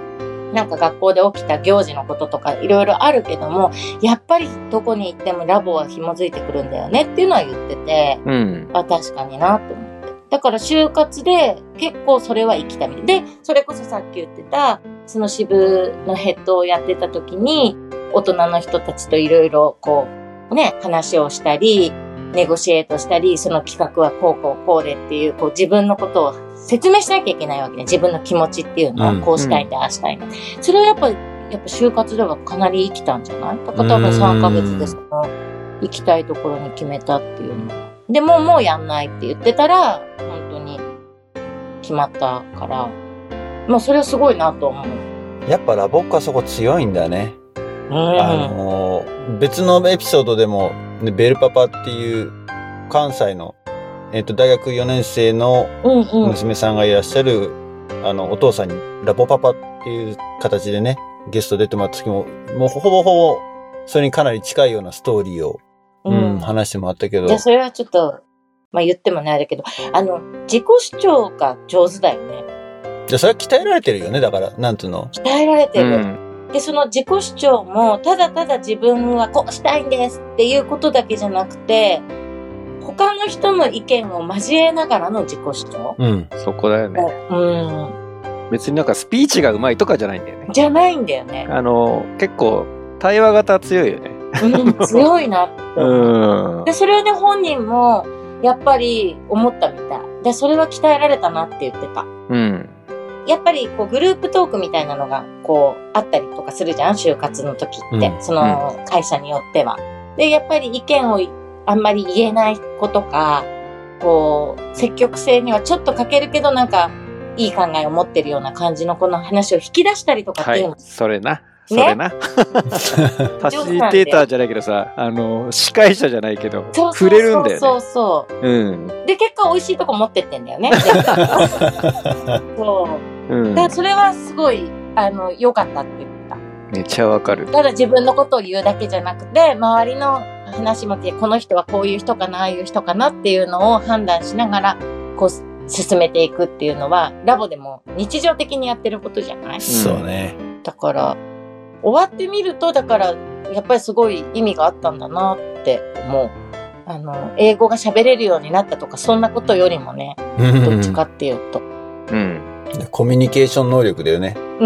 なんか学校で起きた行事のこととかいろいろあるけども、やっぱりどこに行ってもラボは紐づいてくるんだよねっていうのは言ってて、 うん。 あ、確かになと思って。だから就活で結構それは生きたみたいで、それこそさっき言ってた、その支部のヘッドをやってた時に、大人の人たちといろいろこう、ね、話をしたり、ネゴシエートしたり、その企画はこうこうこうでっていう、こう自分のことを説明しなきゃいけないわけね。自分の気持ちっていうのをこうしたいんだ、ああしたいんだ。それはやっぱり、やっぱ就活ではかなり生きたんじゃない？だから多分さんかげつでその、行きたいところに決めたっていうの。でももうやんないって言ってたら、本当に決まったから、まあそれはすごいなと思う。 やっぱラボックはそこ強いんだね。 うん、 あのー、別のエピソードでも、ね、ベルパパっていう関西の、えっと、大学よねん生の娘さんがいらっしゃる、うんうん、あの、お父さんにラボパパっていう形でね、ゲスト出てもらった時も、もうほぼほぼ、それにかなり近いようなストーリーを、うん、うん、話してもらったけど。 じゃあそれはちょっと、まあ言ってもねあれだけど、あの、自己主張が上手だよね。 じゃあそれは鍛えられてるよね、だから、なんつうの。 鍛えられてる。うんで、その自己主張も、ただただ自分はこうしたいんですっていうことだけじゃなくて、他の人の意見を交えながらの自己主張。 うん。そこだよね。うん。別になんかスピーチが上手いとかじゃないんだよね。 じゃないんだよね。 あの、結構、対話型強いよね。 うん、強いなって。うん。で、それで本人も、やっぱり思ったみたい。で、それは鍛えられたなって言ってた。うん。やっぱりこうグループトークみたいなのがこうあったりとかするじゃん、就活の時って、うん、その会社によっては。で、やっぱり意見をあんまり言えない子とか、こう積極性にはちょっと欠けるけどなんかいい考えを持ってるような感じの子の話を引き出したりとかっていうの。 はい、それな。それな。ね、ファシリテーターじゃないけどさ、あの、司会者じゃないけど、そうそうそうそう触れるんだよね。 そうそう。うん。で、結果美味しいとこ持ってってんだよね。そう。うん、だからそれはすごい、あの、良かったって言った。 めっちゃわかる。 ただ自分のことを言うだけじゃなくて、周りの話も聞いて、この人はこういう人かな、ああいう人かなっていうのを判断しながら、こう、進めていくっていうのは、ラボでも日常的にやってることじゃない？ そうね。 だから、終わってみると、だから、やっぱりすごい意味があったんだなって思う。あの、英語が喋れるようになったとか、そんなことよりもね、どっちかっていうと。 うん。コミュニケーション能力だよね。 うん。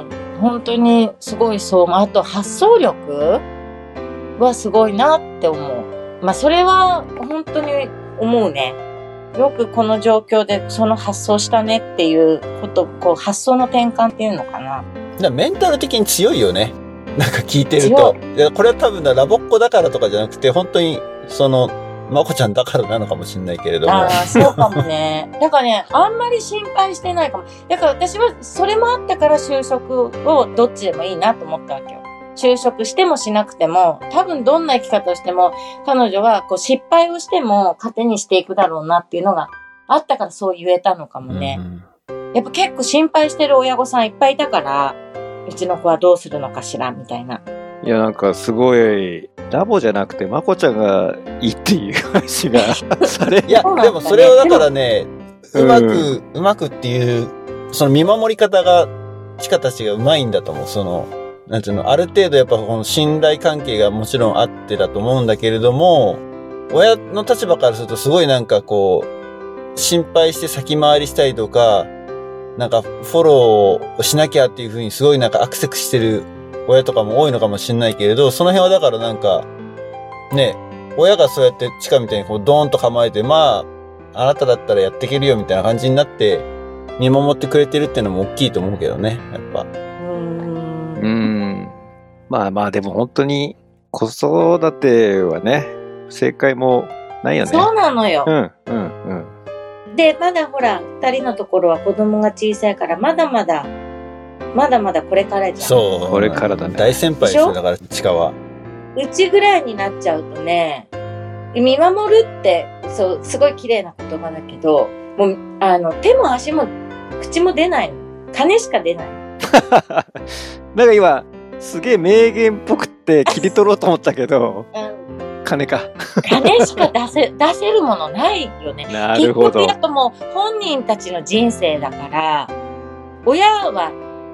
本当にすごいそう。あと、発想力はすごいなって思う。まあ、それは本当に思うね。よくこの状況でその発想したねっていうこと、こう、発想の転換っていうのかな。 だメンタル的に強いよね。なんか聞いてると。いや、これは多分だラボっ子だからとかじゃなくて、本当に、その、まこちゃんだからなのかもしれないけれども。 ああ、そうかもね。だからね、あんまり心配してないかも。だから私は、それもあったから就職をどっちでもいいなと思ったわけよ。就職してもしなくても、多分どんな生き方をしても、彼女はこう失敗をしても糧にしていくだろうなっていうのがあったからそう言えたのかもね。うん、やっぱ結構心配してる親御さんいっぱいいたから、うちの子はどうするのかしらみたいな。 いや、なんかすごい、ラボじゃなくて、まこちゃんがいいっていう話がされいや、でもそれをだからね、うまく、うまくっていう、その見守り方が、チカたちがうまいんだと思う。その、なんていうの、ある程度やっぱこの信頼関係がもちろんあってだと思うんだけれども、親の立場からするとすごいなんかこう、心配して先回りしたりとか、なんかフォローをしなきゃっていう風にすごいなんかアクセクしてる親とかも多いのかもしれないけれど、その辺はだからなんか、ね、親がそうやってチカみたいにこうドーンと構えて、まあ、あなただったらやっていけるよみたいな感じになって見守ってくれてるっていうのも大きいと思うけどね、やっぱ。うーん。うーん。まあまあでも本当に子育てはね、正解もないよね。 そうなのよ。 うん、うん、うん。 で、まだほら、二人のところは子供が小さいから、まだまだ、まだまだこれからじゃん。 そう。 これからだね。 大先輩ですよ、だから、チカは。 うちぐらいになっちゃうとね、見守るって、そう、すごい綺麗な言葉だけど、もう、あの、手も足も、口も出ないの。金しか出ない。 なんか今、すげえ名言っぽくって切り取ろうと思ったけど、うん金か。 金しか出せ、出せるものないよね。 なるほど。 結局やっぱもう本人たちの人生だから、親は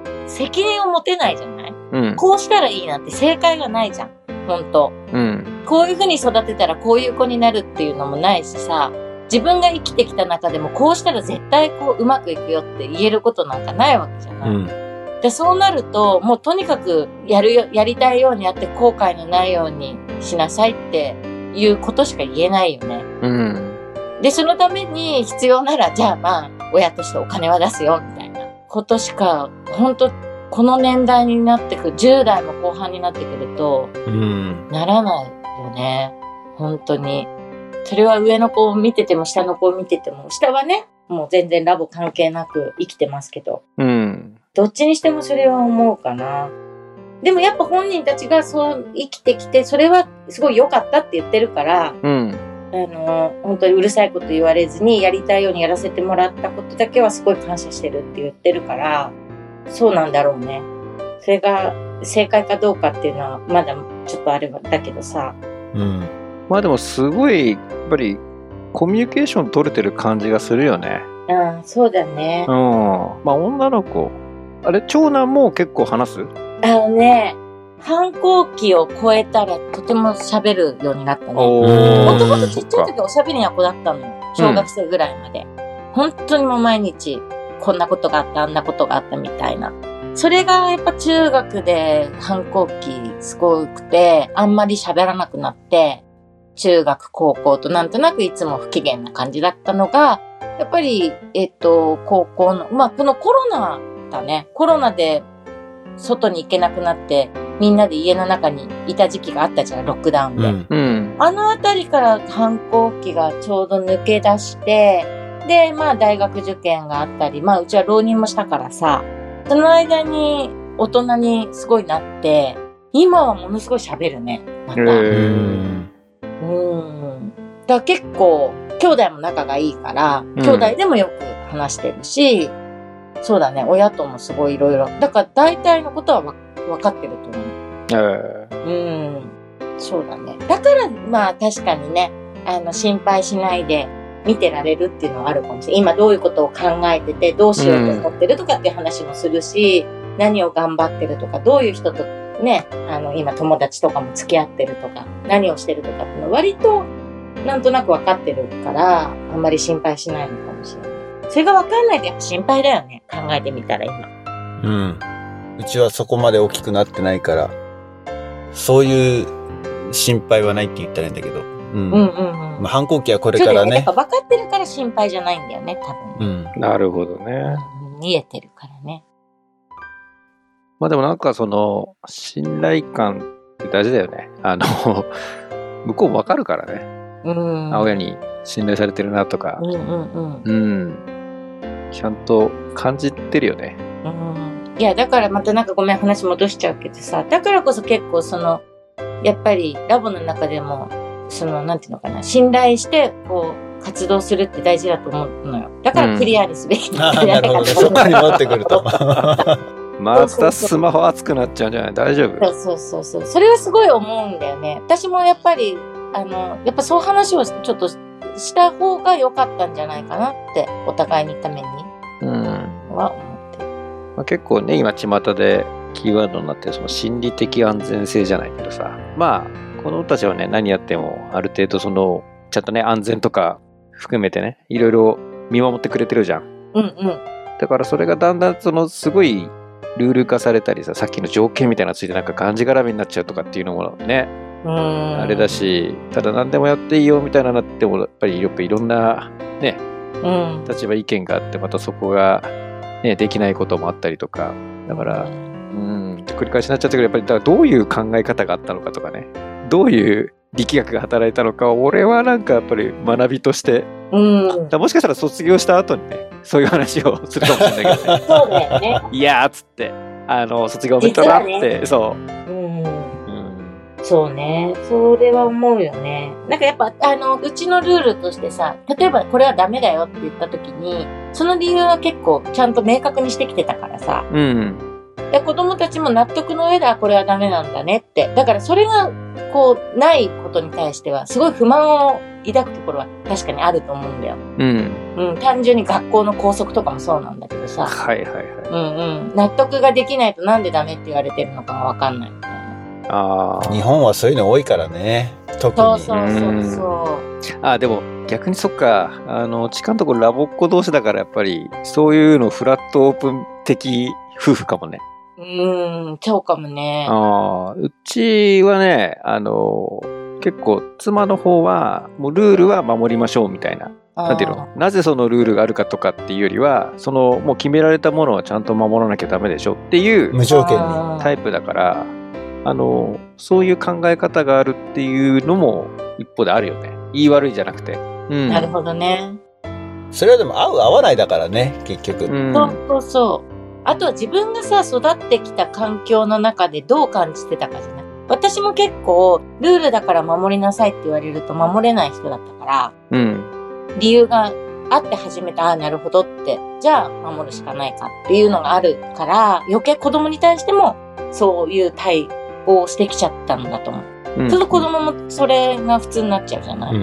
責任を持てないじゃない、 うん、 こうしたらいいなんて正解がないじゃん。本当、 うん、 こういう風に育てたらこういう子になるっていうのもないしさ、自分が生きてきた中でもこうしたら絶対こううまくいくよって言えることなんかないわけじゃない。うん、で、そうなると、もうとにかくやるよ、やりたいようにやって後悔のないようにしなさいっていうことしか言えないよね。 うん。 で、そのために必要なら、じゃあまあ、親としてお金は出すよ、みたいなことしか、本当この年代になってくる、じゅう代も後半になってくると、うん、ならないよね。本当に。それは上の子を見てても下の子を見てても、下はね、もう全然ラボ関係なく生きてますけど、 うん、 どっちにしてもそれは思うかな。でもやっぱ本人たちがそう生きてきて、それはすごい良かったって言ってるから、 うん、 あの、本当にうるさいこと言われずにやりたいようにやらせてもらったことだけはすごい感謝してるって言ってるから、そうなんだろうね。それが正解かどうかっていうのはまだちょっとあれだけどさ。 うん。まあでもすごい、やっぱりコミュニケーション取れてる感じがするよね。 うん、そうだね。 うん。まあ女の子、あれ、長男も結構話す？ あのね、反抗期を超えたらとても喋るようになったね。もともとちっちゃい時おしゃべりな子だったのよ。小学生ぐらいまで。うん、本当にもう毎日こんなことがあった、あんなことがあったみたいな。それがやっぱ中学で反抗期すごくて、あんまり喋らなくなって、中学、高校となんとなくいつも不機嫌な感じだったのが、やっぱり、えっと、高校の、まあ、このコロナだね。コロナで外に行けなくなって、みんなで家の中にいた時期があったじゃん、ロックダウンで。うんうん、あのあたりから反抗期がちょうど抜け出して、で、まあ大学受験があったり、まあうちは浪人もしたからさ、その間に大人にすごいなって、今はものすごい喋るね、また。うーん。だから結構、兄弟も仲がいいから、兄弟でもよく話してるし、うん、そうだね、親ともすごいいろいろ。だから大体のことはわ分かってると思う。えー、うん。そうだね。だから、まあ確かにね、あの、心配しないで見てられるっていうのはあるかもしれない。今どういうことを考えてて、どうしようと思ってるとかっていう話もするし、うん、何を頑張ってるとか、どういう人とね、あの、今友達とかも付き合ってるとか、何をしてるとかっていうのは割と、なんとなく分かってるから、あんまり心配しないのかもしれない。それが分かんないとやっぱ心配だよね。考えてみたら今。 うん。うちはそこまで大きくなってないから、そういう心配はないって言ったらいいんだけど。うん。うんうんうん。まあ、反抗期はこれからね。 やっぱ分かってるから心配じゃないんだよね、多分。 うん。なるほどね。 見えてるからね。 まあでもなんかその、信頼感って大事だよね。あの、向こうも分かるからね。うん。親に信頼されてるなとか。うんうんうん。うん。ちゃんと感じてるよね。 うん。いや、だからまたなんかごめん話戻しちゃうけどさ、だからこそ結構その、やっぱりラボの中でも、その、なんていうのかな、信頼して、こう、活動するって大事だと思うのよ。だからクリアにすべきなんじゃないかと、うん、 そこに持ってくると。 またスマホ熱くなっちゃうんじゃない？大丈夫？ そうそうそう。それはすごい思うんだよね。私もやっぱり、あの、やっぱそういう話をちょっとした方が良かったんじゃないかなって、お互いにために。うん。は思ってる。 まあ、結構ね、今巷でキーワードになってるその心理的安全性じゃないけどさ。まあ、この子たちはね、何やってもある程度その、ちゃんとね、安全とか含めてね、いろいろ見守ってくれてるじゃん。 うんうん。 だからそれがだんだんその、すごい、ルール化されたりさ、さっきの条件みたいなのついてなんかがんじがらめになっちゃうとかっていうのもね、うんあれだし、ただ何でもやっていいよみたいななってもやっぱりよくいろんなね、うん、立場意見があってまたそこがねできないこともあったりとか、だからうんって繰り返しになっちゃったけどやっぱりだからどういう考え方があったのかとかね、どういう力学が働いたのかを俺はなんかやっぱり学びとして、うん、だもしかしたら卒業した後にねそういう話をするかもしれないけどね。 そうだよね。 いやーっつってあの卒業おめでとうなって、ね、そう。 うんそうね。それは思うよね。なんかやっぱ、あの、うちのルールとしてさ、例えばこれはダメだよって言った時に、その理由は結構ちゃんと明確にしてきてたからさ。うん。 で子供たちも納得の上ではこれはダメなんだねって。だからそれが、こう、ないことに対しては、すごい不満を抱くところは確かにあると思うんだよ。 うん。 うん、単純に学校の校則とかもそうなんだけどさ。 はいはいはい。 うんうん。納得ができないとなんでダメって言われてるのかがわかんないみたいな。 ああ。 日本はそういうの多いからね。特に。 そうそうそうそう。 あ、でも逆にそっか。あの、近いところラボっ子同士だからやっぱり、そういうのフラットオープン的夫婦かもね。 うーん、そうかもね。 ああ、うちはね、あの、結構妻の方は、もうルールは守りましょうみたいな。なんていうの、なぜそのルールがあるかとかっていうよりは、そのもう決められたものはちゃんと守らなきゃダメでしょっていう無条件にタイプだから、あの、そういう考え方があるっていうのも一方であるよね。言い悪いじゃなくて。うん、 なるほどね。 それはでも合う合わないだからね、結局。 うん、 そうそうそう。あとは自分がさ、育ってきた環境の中でどう感じてたかじゃない。私も結構、ルールだから守りなさいって言われると守れない人だったから、 うん、 理由があって初めて、ああ、なるほどって、じゃあ守るしかないかっていうのがあるから、余計子供に対してもそういう対応をしてきちゃったんだと思う。うん、その子供もそれが普通になっちゃうじゃない。うん、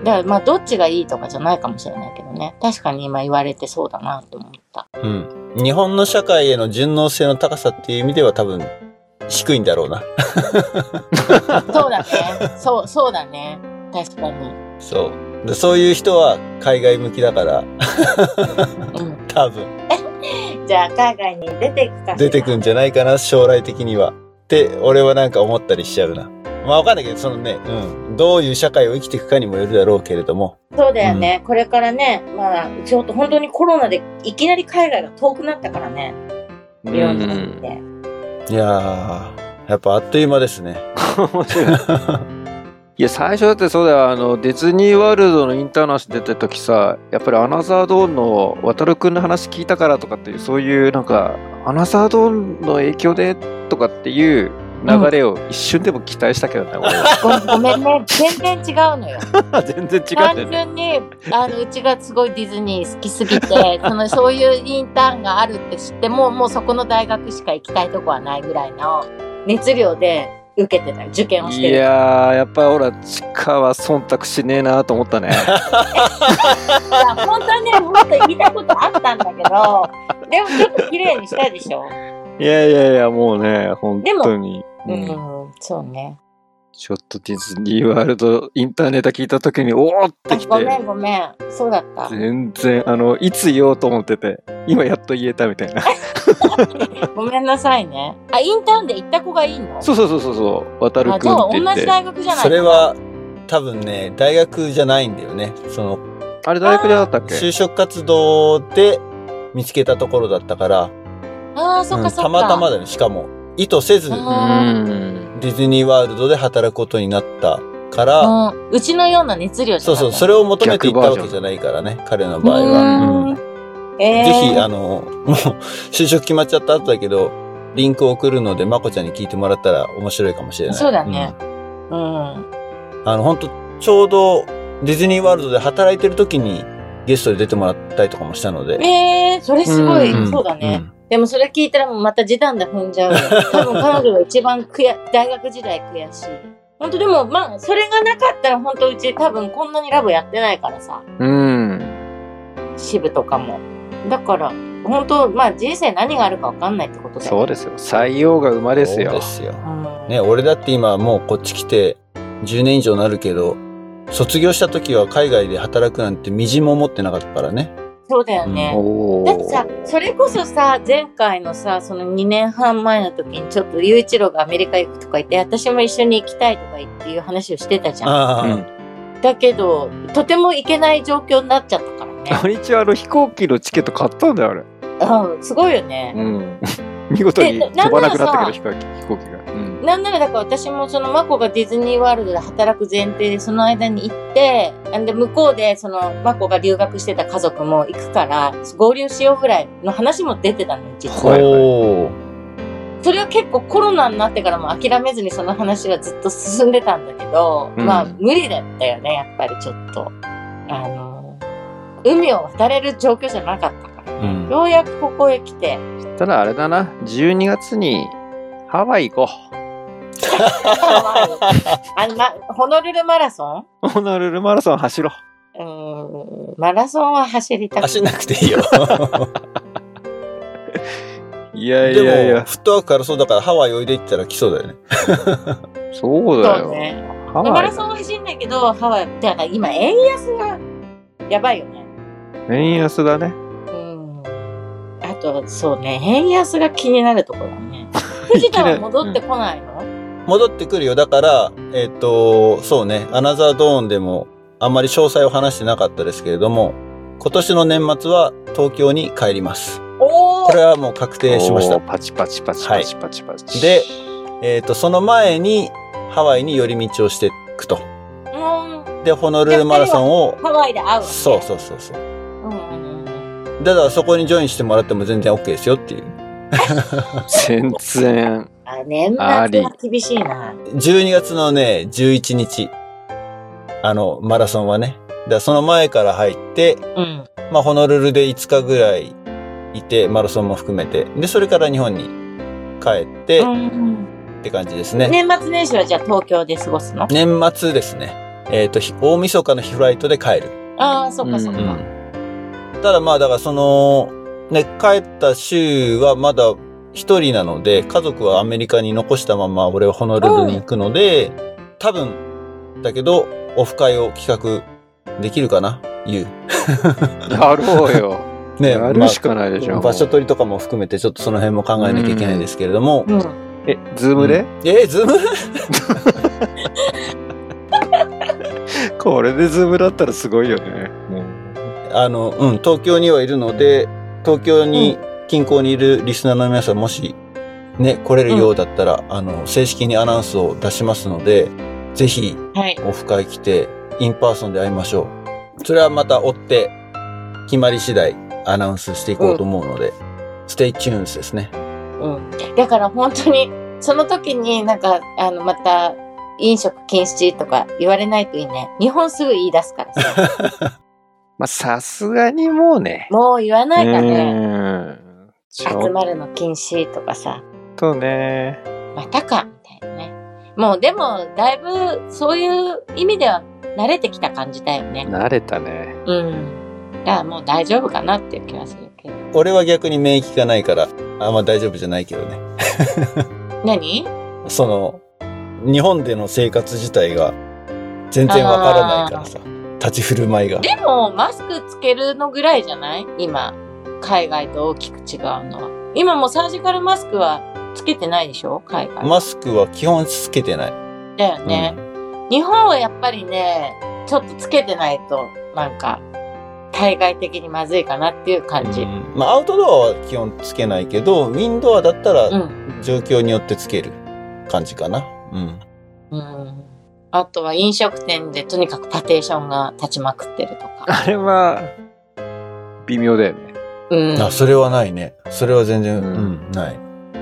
だからまあどっちがいいとかじゃないかもしれないけどね。確かに今言われてそうだなと思った。 うん。日本の社会への順応性の高さっていう意味では多分低いんだろうな。 そうだね。そう、そうだね。確かに。 そう。でそういう人は海外向きだから。うん、多分。 じゃあ海外に出ていくかしら。 出てくんじゃないかな、将来的には。って俺はなんか思ったりしちゃうな。まあわかんないけど、そのね、うん。どういう社会を生きていくかにもよるだろうけれども。 そうだよね。うん、これからね、まあ、ちょっと本当にコロナでいきなり海外が遠くなったからね。いろんな意味で。 いやー、やっぱあっという間ですね。面白い。 いや、最初だってそうだよ。あの、ディズニーワールドのインターナショナル出た時さ、やっぱりアナザードーンの渡るくんの話聞いたからとかっていう、そういうなんか、アナザードーンの影響でとかっていう流れを一瞬でも期待したけどね、うん、 俺ご。ごめんね、全然違うのよ。 全然違うんだよね。 単純に、あの、うちがすごいディズニー好きすぎて、その、そういうインターンがあるって知っても、もうそこの大学しか行きたいとこはないぐらいの熱量で、受けてたよ、受験をしてる。 いやー、やっぱほら、チカは忖度しねえなと思ったね。いや、 本当にね、もっと言いたいことあったんだけど、でもちょっと綺麗にしたでしょ。 いやいやいや、もうね、本当に。 うん、うん、そうね。 ちょっとディズニーワールドインターネタ聞いたときに、おーってきて。 ごめんごめん。そうだった。 全然、あの、いつ言おうと思ってて、今やっと言えたみたいな。 ごめんなさいね。あ、インターンで行った子がいいの？ そうそうそうそう。渡るくんって言って。 あ、じゃあ同じ大学じゃない？ それは、多分ね、大学じゃないんだよね。その、 あれ大学じゃなかったっけ？ 就職活動で見つけたところだったから。 ああ、そっかそっか、 うん。たまたまだね。しかも、意図せず、ディズニーワールドで働くことになったから、 うちのような熱量じゃない。 そうそう、それを求めていったわけじゃないからね、彼の場合は。うんえー、ぜひ、あの、もう、就職決まっちゃった後だけど、リンクを送るので、まこちゃんに聞いてもらったら面白いかもしれない。 そうだね。うん。うん、 あの、本当ちょうど、ディズニーワールドで働いてる時に、ゲストで出てもらったりとかもしたので。 ええー、それすごい、うん、そうだね。うんでもそれ聞いたらもうまた時短で踏んじゃうよ。多分彼女が一番悔や、大学時代悔しい。本当でもまあ、それがなかったら本当うち多分こんなにラボやってないからさ。 うん。 支部とかも。だから、本当まあ人生何があるか分かんないってことだよ。 そうですよ。採用が馬ですよ。 そうですよ。うん、ね、俺だって今もうこっち来てじゅうねん以上になるけど、卒業した時は海外で働くなんてみじんも思ってなかったからね。 そうだよね。うん、だってさ、それこそさ、前回のさ、そのにねんはん前の時にちょっと雄一郎がアメリカ行くとか言って、私も一緒に行きたいとか言っていう話をしてたじゃん。あ、うん、だけど、とても行けない状況になっちゃったからね。 あれ一応あの飛行機のチケット買ったんだよ、あれ。 うん、すごいよね。 うん。見事に飛ばなくなったけど、飛行機、飛行機が。うん、 なんならだから私もそのマコがディズニーワールドで働く前提でその間に行って、で向こうでそのマコが留学してた家族も行くから合流しようぐらいの話も出てたのよ、実は。おー。それは結構コロナになってからも諦めずにその話はずっと進んでたんだけど、うん、まあ無理だったよね、やっぱりちょっと。あの、海を渡れる状況じゃなかったから。 うん、 ようやくここへ来て。 ただあれだな、じゅうにがつにハワイ行こう。 あの、ま、ホノルルマラソンホノルルマラソン走ろう。うーん、マラソンは走りたくない。 走んなくていいよ。 いやいやいや。 でも、フットワークからそうだからハワイおいで行ったら来そうだよね。 そうだよ。 そうね。マラソンは走んないけど、ハワイ、だから今円安がやばいよね。 円安だね。 うん。あと、そうね、円安が気になるところだね。藤田は戻ってこないの？ 戻ってくるよ。だから、えっと、そうね、アナザードーンでもあんまり詳細を話してなかったですけれども、今年の年末は東京に帰ります。 おー！ これはもう確定しました。 パチパチパチパチパチパチ。 はい、で、えっと、その前にハワイに寄り道をしていくと。 うん。 で、ホノルルマラソンを。 ハワイで会うわけ。 そうそうそうそう。 うんうんうん。 だからそこにジョインしてもらっても全然 OK ですよっていう。 全然。 あ、年末は厳しいな。 じゅうにがつのね、じゅういちにち。あの、マラソンはね。だからその前から入って、 うん。 まあ、ホノルルでいつかぐらいいて、マラソンも含めて。で、それから日本に帰って、うん、って感じですね。 年末年始はじゃあ東京で過ごすの？ 年末ですね。えっと、大晦日の日フライトで帰る。 ああ、そっかそっか。うん、 ただまあ、だからその、ね、帰った週はまだ一人なので、家族はアメリカに残したまま俺はホノルルに行くので、うん、多分、だけど、オフ会を企画できるかなゆう。 やろうよ。 ね、 やるしかないでしょ。 まあ、場所取りとかも含めてちょっとその辺も考えなきゃいけないですけれども。 うん、 え、ズームで、うん、 え、ズームこれでズームだったらすごいよね。 うん、あの、うん、東京にはいるので、東京に、近郊にいるリスナーの皆さんもし、ね、来れるようだったら、うん、あの、正式にアナウンスを出しますので、ぜひ、オフ会来て、インパーソンで会いましょう。それはまた追って、決まり次第アナウンスしていこうと思うので、うん、ステイチューンですね。 うん。だから本当に、その時になんか、あの、また、飲食禁止とか言われないといいね。日本すぐ言い出すからさ。 まあ、さすがにもうね。 もう言わないかね。 うん集まるの禁止とかさ。 そうね。 またか、みたいなね。もうでも、だいぶ、そういう意味では慣れてきた感じだよね。 慣れたね。 うん。だからもう大丈夫かなっていう気はするけど。 俺は逆に免疫がないから、あんま大丈夫じゃないけどね。 何？ その、日本での生活自体が全然わからないからさ。立ち振る舞いが。 でも、マスクつけるのぐらいじゃない？今。海外と大きく違うのは。今もサージカルマスクはつけてないでしょ？海外。 マスクは基本つけてない。 だよね。うん、日本はやっぱりね、ちょっとつけてないと、なんか、対外的にまずいかなっていう感じ。うん、 まあ、アウトドアは基本つけないけど、ウィンドアだったら、状況によってつける感じかな。うん。 うん。あとは飲食店でとにかくパテーションが立ちまくってるとか。 あれは、微妙だよね。 うん。 あ、それはないね。それは全然、うん、うん、ない。 うん。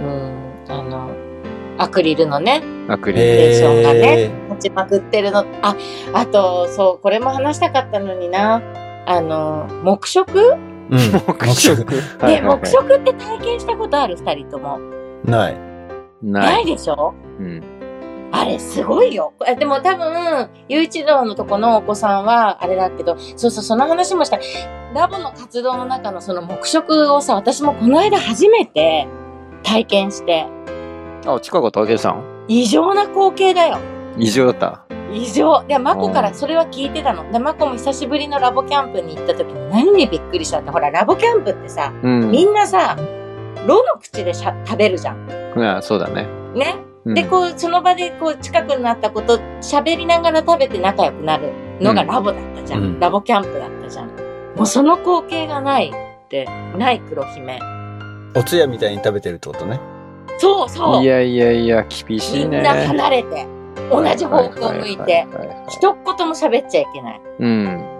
あの、アクリルのね。 アクリル。 パテーションがね、立ちまくってるの。あ、あと、そう、これも話したかったのにな。あの、黙食？ うん。 黙食。 で、黙食って体験したことある？二人とも。 ない。 ない。 ないでしょ？ うん。 あれすごいよ。でも多分、ゆういちろうのとこのお子さんはあれだけど、そうそう、その話もした。ラボの活動の中のその黙食をさ、私もこの間初めて体験して。 あ、近かったわけさん。 異常な光景だよ。 異常だった。 異常。で、マコからそれは聞いてたの。で、マコも久しぶりのラボキャンプに行った時に何にびっくりしたって、ほら、ラボキャンプってさ、うん、みんなさ、炉の口でしゃ食べるじゃん。 いや、そうだね。 ね。で、こう、その場で、こう、近くになったこと、喋りながら食べて仲良くなるのがラボだったじゃん。うん、ラボキャンプだったじゃん。もうその光景がないって、ない黒姫。 お通夜みたいに食べてるってことね。 そうそう。 いやいやいや、厳しいね。 みんな離れて、同じ方向を向いて、一言も喋っちゃいけない。 うん。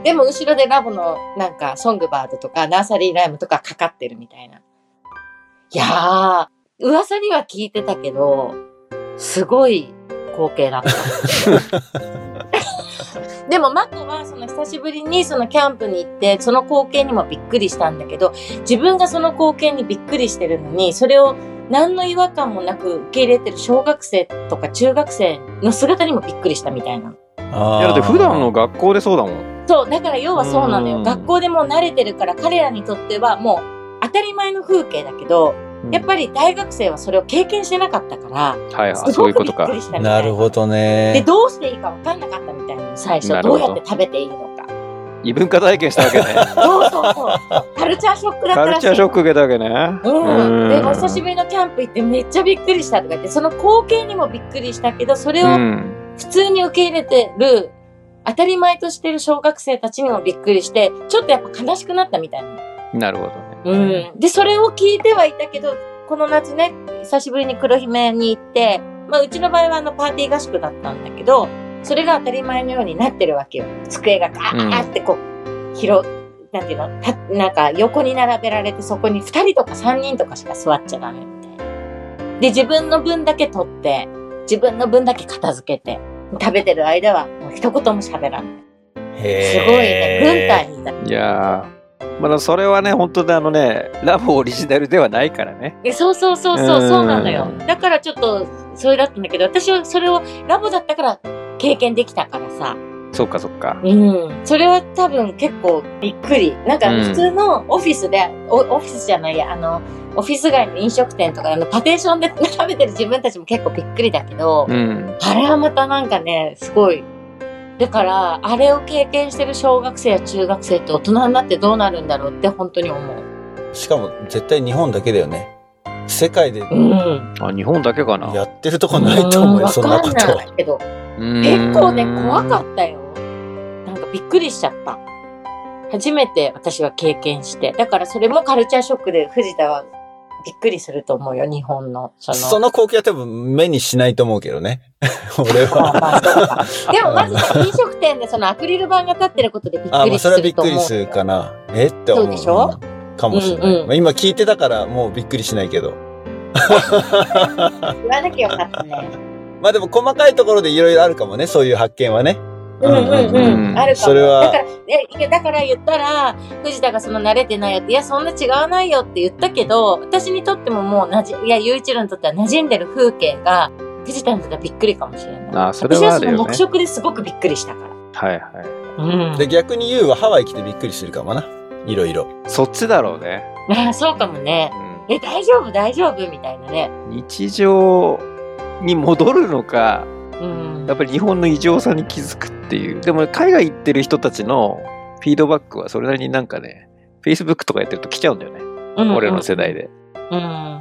でも後ろでラボの、なんか、ソングバードとか、ナーサリーライムとかかかってるみたいな。いやー、噂には聞いてたけど、すごい光景だった。 でもマコはその久しぶりにそのキャンプに行ってその光景にもびっくりしたんだけど、自分がその光景にびっくりしてるのにそれを何の違和感もなく受け入れてる小学生とか中学生の姿にもびっくりしたみたいな。 あいやだって普段の学校でそうだもん。 そうだから要はそうなのよ。学校でもう慣れてるから彼らにとってはもう当たり前の風景だけど、やっぱり大学生はそれを経験してなかったから、 はいはい、そういうことか。 なるほどね。 で、どうしていいか分かんなかったみたいな、最初。どうやって食べていいのか。 異文化体験したわけね。 そうそうそう。カルチャーショックだったらしい。 カルチャーショック受けたわけね。 うん。で、お久しぶりのキャンプ行ってめっちゃびっくりしたとか言って、その光景にもびっくりしたけど、それを普通に受け入れてる、当たり前としてる小学生たちにもびっくりして、ちょっとやっぱ悲しくなったみたいな。 なるほどね。うん。で、それを聞いてはいたけど、この夏ね、久しぶりに黒姫に行って、まあうちの場合はあのパーティー合宿だったんだけど、それが当たり前のようになってるわけよ。机がガーってこう、広、なんていうの、た、なんか横に並べられてそこにふたりとかさんにんとかしか座っちゃダメみたいな。で、自分の分だけ取って、自分の分だけ片付けて、食べてる間はもう一言も喋らない。へー。すごいね、軍隊みたい。 いやー。まあ、それはね、本当にあのね、ラボオリジナルではないからね。 え、そうそうそうそう、そうなのよ。だからちょっと、それだったんだけど、私はそれをラボだったから経験できたからさ。 そっかそっか。 うん。それは多分結構びっくり。なんか普通のオフィスで、うん、オフィスじゃないや、あの、オフィス街の飲食店とか、あの、パテーションで食べてる自分たちも結構びっくりだけど、うん、あれはまたなんかね、すごい、だから、あれを経験してる小学生や中学生って大人になってどうなるんだろうって本当に思う。 しかも絶対日本だけだよね。世界で、うん、 あ、日本だけかな。 やってるとこないと思うよ、そんなこと。わかんないけど、結構ね、怖かったよ。なんかびっくりしちゃった。初めて私は経験して。だからそれもカルチャーショックで藤田はびっくりすると思うよ、日本の。 その、その光景は多分目にしないと思うけどね。俺は。 まあそうか。でもまず飲食店でそのアクリル板が立ってることでびっくりすると思う。あ、まあそれはびっくりするかな。えって思う。 そうでしょ、 うん、かもしれない。うんうん、まあ、今聞いてたからもうびっくりしないけど。 言わなきゃよかったね。 まあでも細かいところでいろいろあるかもね、そういう発見はね。 うんうんうん。あるかも。 それは。 だから、え、だから言ったら、藤田がその慣れてないよって、いや、そんな違わないよって言ったけど、私にとってももうなじ、いや、雄一郎にとっては馴染んでる風景が、藤田にとってはびっくりかもしれない。 ああ、それはあるよね。 私はその黙食ですごくびっくりしたから。 はいはい。 うん。 で、逆に優はハワイ来てびっくりするかもな。いろいろ。 そっちだろうね。 ああ、そうかもね。うん、え、大丈夫大丈夫みたいなね。 日常に戻るのか、 うん、 やっぱり日本の異常さに気づくっていう。でも海外行ってる人たちのフィードバックはそれなりになんかね、Facebook とかやってると来ちゃうんだよね。うんうん、俺の世代で。 うん、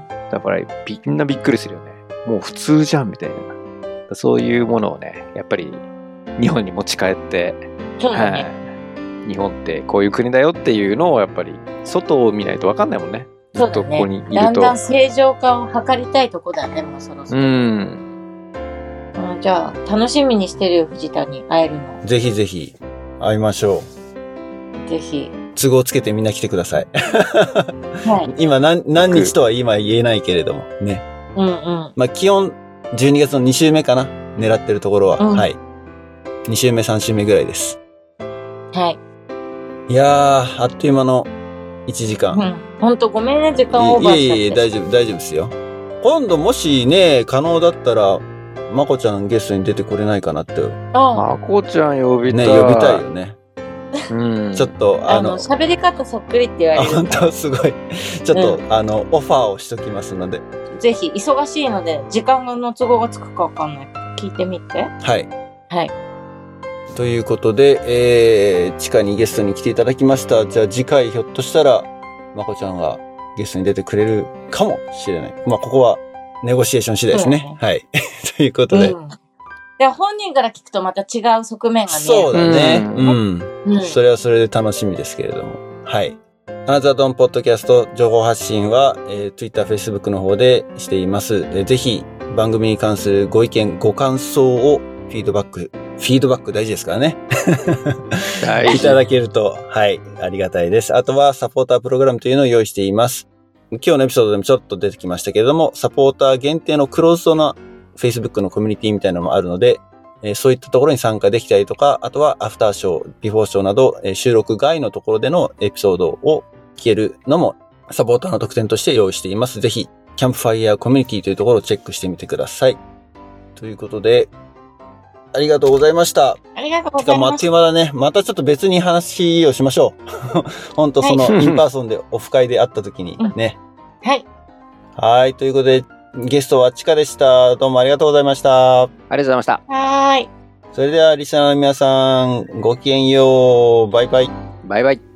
だからみんなびっくりするよね。もう普通じゃんみたいな。そういうものをね、やっぱり日本に持ち帰って、 そうだね、はい、日本ってこういう国だよっていうのをやっぱり外を見ないと分かんないもんね。ずっとここにいると。 だんだん正常化を図りたいとこだね、もうそろそろ。 うん。 じゃあ、楽しみにしてるよ、藤田に会えるの。 ぜひぜひ、会いましょう。ぜひ。 都合つけてみんな来てください。 はい。 今何、何日とは今言えないけれども、ね。 うんうん。 まあ、気温、じゅうにがつのに週目かな。狙ってるところは。うん、はい。に週目、さん週目ぐらいです。 はい。 いやー、あっという間のいちじかん。 うん。ほんとごめんね、時間オーバーしちゃって。 いえいえ、大丈夫、大丈夫ですよ。今度もしね、可能だったら、まこちゃんゲストに出てこれないかなって。 まこちゃん呼びたい。 ね、呼びたいよね。 うん。 ちょっと、あの、 喋り方そっくりって言われる。 本当すごい。ちょっと、うん、あの、オファーをしときますので。 ぜひ、忙しいので、時間の都合がつくかわかんない。聞いてみて。 はい。 はい。 ということで、えー、地下にゲストに来ていただきました。じゃあ次回ひょっとしたら、まこちゃんがゲストに出てくれるかもしれない。まあ、ここは、ネゴシエーション次第ですね。ねはい。ということで。うん、 で本人から聞くとまた違う側面が見える。 そうだね。うん。うん、それはそれで楽しみですけれども。はい。アナザードンポッドキャスト情報発信は、えー、Twitter、Facebook の方でしています。えー、ぜひ番組に関するご意見、ご感想をフィードバック、フィードバック大事ですからね。いただけると、はい、ありがたいです。あとはサポータープログラムというのを用意しています。今日のエピソードでもちょっと出てきましたけれども、サポーター限定のクローズドな Facebook のコミュニティみたいなのもあるので、 えー、そういったところに参加できたりとか、あとはアフターショー、ビフォーショーなど、えー、収録外のところでのエピソードを聞けるのもサポーターの特典として用意しています。ぜひ、キャンプファイヤーコミュニティというところをチェックしてみてください。ということで、ありがとうございました。 ありがとうございます。 しかもあっという間だね。またちょっと別に話をしましょう。本当その、はい、インパーソンでオフ会で会った時にね。 うん、はい。 はい。ということで、ゲストはチカでした。どうもありがとうございました。 ありがとうございました。 はーい。 それではリスナーの皆さん、ごきげんよう。バイバイ。 バイバイ。